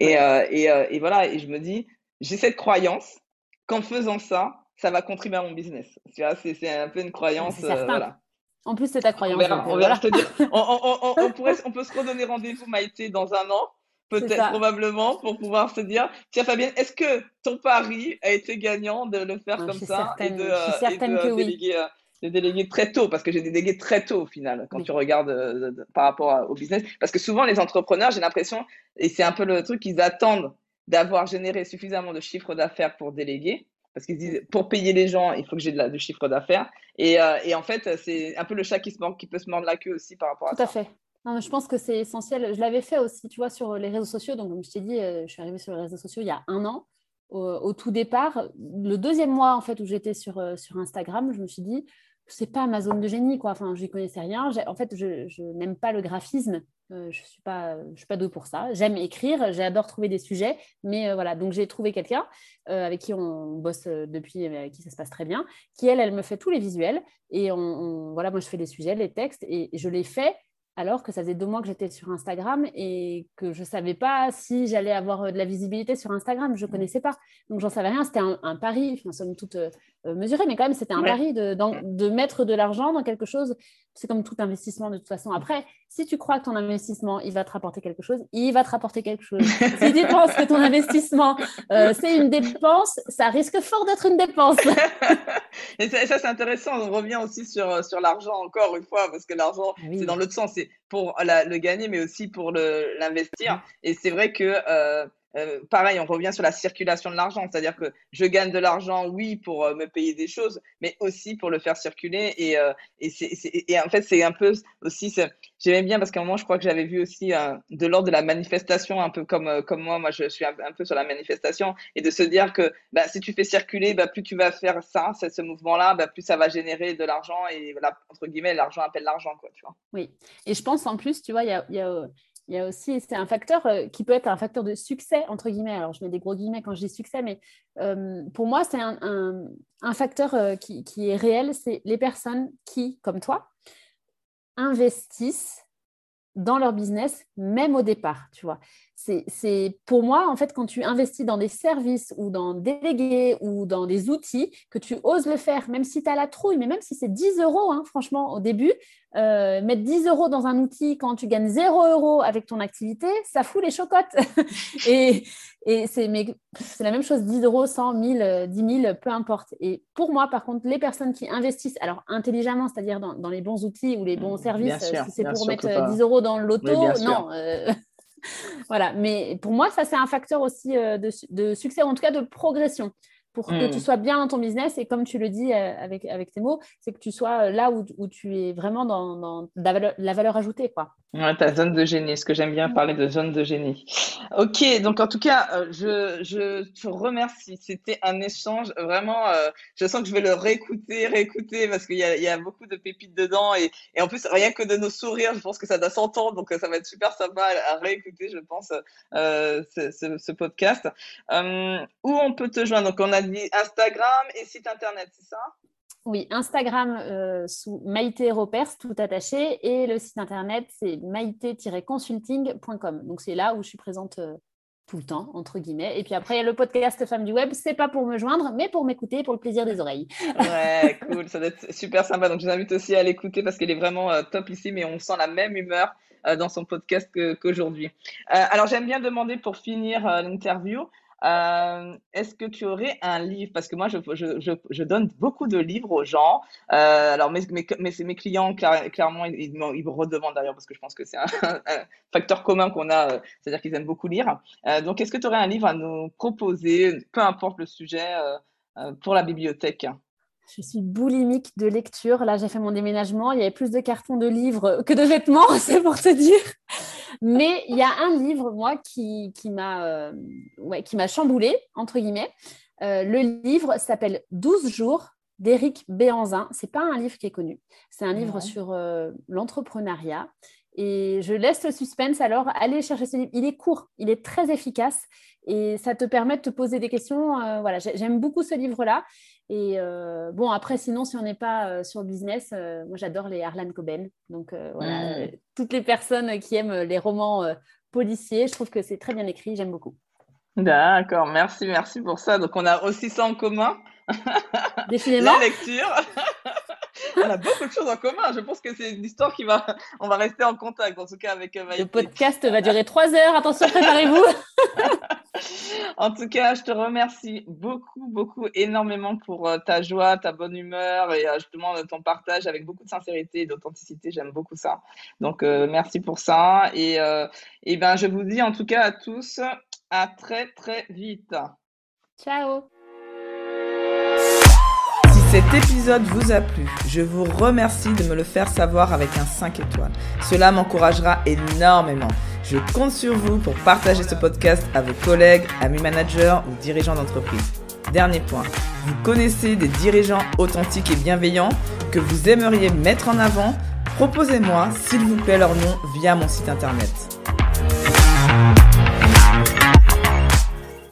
Et voilà, et je me dis, j'ai cette croyance qu'en faisant ça, ça va contribuer à mon business. Tu vois, c'est un peu une croyance, C'est certain. voilà. En plus, c'est ta On croyance, donc verra, on verra. voilà. Je te dis, on peut se redonner rendez-vous, Maïté, dans un an, C'est peut-être, ça. probablement, pour pouvoir se dire, tiens, Fabienne, est-ce que ton pari a été gagnant de le faire Je comme suis ça certaine, je suis et certaine que oui. de déléguer très tôt, parce que j'ai délégué très tôt au final, quand Oui. tu regardes par rapport au business. Parce que souvent, les entrepreneurs, j'ai l'impression, et c'est un peu le truc, ils attendent d'avoir généré suffisamment de chiffre d'affaires pour déléguer. Parce qu'ils disent, pour payer les gens, il faut que j'ai du chiffre d'affaires. Et en fait, c'est un peu le chat qui peut se mordre la queue aussi par rapport Tout à à ça. fait. Non, mais je pense que c'est essentiel. Je l'avais fait aussi, tu vois, sur les réseaux sociaux. Donc, comme je t'ai dit, je suis arrivée sur les réseaux sociaux il y a un an. Au tout départ, le deuxième mois en fait où j'étais sur Instagram, je me suis dit, c'est pas ma zone de génie, quoi. Enfin, je n'y connaissais rien. En fait, je n'aime pas le graphisme. Je suis pas douée pour ça. J'aime écrire, j'adore trouver des sujets, mais voilà. Donc j'ai trouvé quelqu'un avec qui on bosse depuis, avec qui ça se passe très bien, qui elle me fait tous les visuels et voilà, moi je fais les sujets, les textes et je les fais alors que ça faisait 2 mois que j'étais sur Instagram et que je ne savais pas si j'allais avoir de la visibilité sur Instagram. Je ne connaissais pas. Donc, j'en savais rien. C'était un pari, enfin, somme toute mesuré, mais quand même, c'était un pari de mettre de l'argent dans quelque chose. C'est comme tout investissement de toute façon. Après, si tu crois que ton investissement, il va te rapporter quelque chose, il va te rapporter quelque chose. Si tu penses que ton investissement, c'est une dépense, ça risque fort d'être une dépense. Et ça, c'est intéressant. On revient aussi sur l'argent encore une fois, parce que l'argent, c'est dans l'autre sens. C'est pour le gagner, mais aussi pour l'investir. Et c'est vrai que pareil, on revient sur la circulation de l'argent, c'est-à-dire que je gagne de l'argent, oui, pour me payer des choses, mais aussi pour le faire circuler. Et en fait, c'est un peu aussi, j'aimais bien parce qu'à un moment, je crois que j'avais vu aussi de l'ordre de la manifestation, un peu comme moi, je suis un peu sur la manifestation, et de se dire que si tu fais circuler, plus tu vas faire ça, ce mouvement-là, plus ça va générer de l'argent, et voilà, entre guillemets, l'argent appelle l'argent, quoi, tu vois. Oui, et je pense en plus, tu vois, il y a aussi, c'est un facteur qui peut être un facteur de succès, entre guillemets. Alors, je mets des gros guillemets quand je dis succès, mais pour moi, c'est un facteur qui est réel. C'est les personnes qui, comme toi, investissent dans leur business, même au départ, tu vois. C'est pour moi, en fait, quand tu investis dans des services ou dans délégués ou dans des outils, que tu oses le faire, même si tu as la trouille, mais même si c'est 10 euros, hein, franchement, au début, mettre 10 euros dans un outil quand tu gagnes 0 euros avec ton activité, ça fout les chocottes. et c'est la même chose, 10 euros, 100, 1000, 10 000, peu importe. Et pour moi, par contre, les personnes qui investissent, alors intelligemment, c'est-à-dire dans les bons outils ou les bons services, si c'est pour mettre 10 euros dans le loto, non. Voilà, mais pour moi, ça, c'est un facteur aussi de succès, ou en tout cas de progression, pour que tu sois bien dans ton business. Et comme tu le dis avec tes mots, c'est que tu sois là où tu es vraiment dans la valeur ajoutée, quoi. Ouais, ta zone de génie, ce que j'aime bien parler de zone de génie. Ok, donc en tout cas, je te remercie. C'était un échange vraiment. Je sens que je vais le réécouter parce qu'il y a beaucoup de pépites dedans, et en plus rien que de nos sourires, je pense que ça doit s'entendre, donc ça va être super sympa à réécouter, je pense, ce podcast. Où on peut te joindre? Donc on a dit Instagram et site internet, c'est ça? Oui, Instagram sous Maïté Ropers, tout attaché, et le site internet, c'est maïté-consulting.com. Donc, c'est là où je suis présente tout le temps, entre guillemets. Et puis après, il y a le podcast Femmes du Web. C'est pas pour me joindre, mais pour m'écouter, pour le plaisir des oreilles. Ouais, cool. Ça doit être super sympa. Donc, je vous invite aussi à l'écouter parce qu'elle est vraiment top ici, mais on sent la même humeur dans son podcast qu'aujourd'hui. Alors, j'aime bien demander pour finir l'interview, est-ce que tu aurais un livre? Parce que moi, je donne beaucoup de livres aux gens. Alors, mes clients, clairement, ils me redemandent d'ailleurs, parce que je pense que c'est un facteur commun qu'on a, c'est-à-dire qu'ils aiment beaucoup lire. Donc, est-ce que tu aurais un livre à nous proposer, peu importe le sujet, pour la bibliothèque? Je suis boulimique de lecture. Là, j'ai fait mon déménagement. Il y avait plus de cartons de livres que de vêtements, c'est pour te dire. Mais il y a un livre, moi, qui m'a chamboulée, entre guillemets. Le livre s'appelle 12 jours d'Éric Béhanzin. Ce n'est pas un livre qui est connu. C'est un livre sur l'entrepreneuriat. Et je laisse le suspense, alors allez chercher ce livre. Il est court, il est très efficace et ça te permet de te poser des questions. Voilà, j'aime beaucoup ce livre-là. Et bon, après, sinon, si on n'est pas sur le business, moi, j'adore les Harlan Coben. Donc, voilà, toutes les personnes qui aiment les romans policiers, je trouve que c'est très bien écrit, j'aime beaucoup. D'accord, merci pour ça. Donc, on a aussi ça en commun. Décidément. La lecture. On a beaucoup de choses en commun. Je pense que c'est une histoire on va rester en contact, en tout cas avec Maïté. Le podcast va durer 3 heures. Attention, préparez-vous. En tout cas, je te remercie beaucoup, énormément pour ta joie, ta bonne humeur et justement ton partage avec beaucoup de sincérité et d'authenticité. J'aime beaucoup ça. Donc, merci pour ça. Et je vous dis en tout cas à tous, à très, très vite. Ciao. Si cet épisode vous a plu, je vous remercie de me le faire savoir avec un 5 étoiles. Cela m'encouragera énormément. Je compte sur vous pour partager ce podcast à vos collègues, amis managers ou dirigeants d'entreprise. Dernier point, vous connaissez des dirigeants authentiques et bienveillants que vous aimeriez mettre en avant? Proposez-moi, s'il vous plaît, leur nom via mon site internet.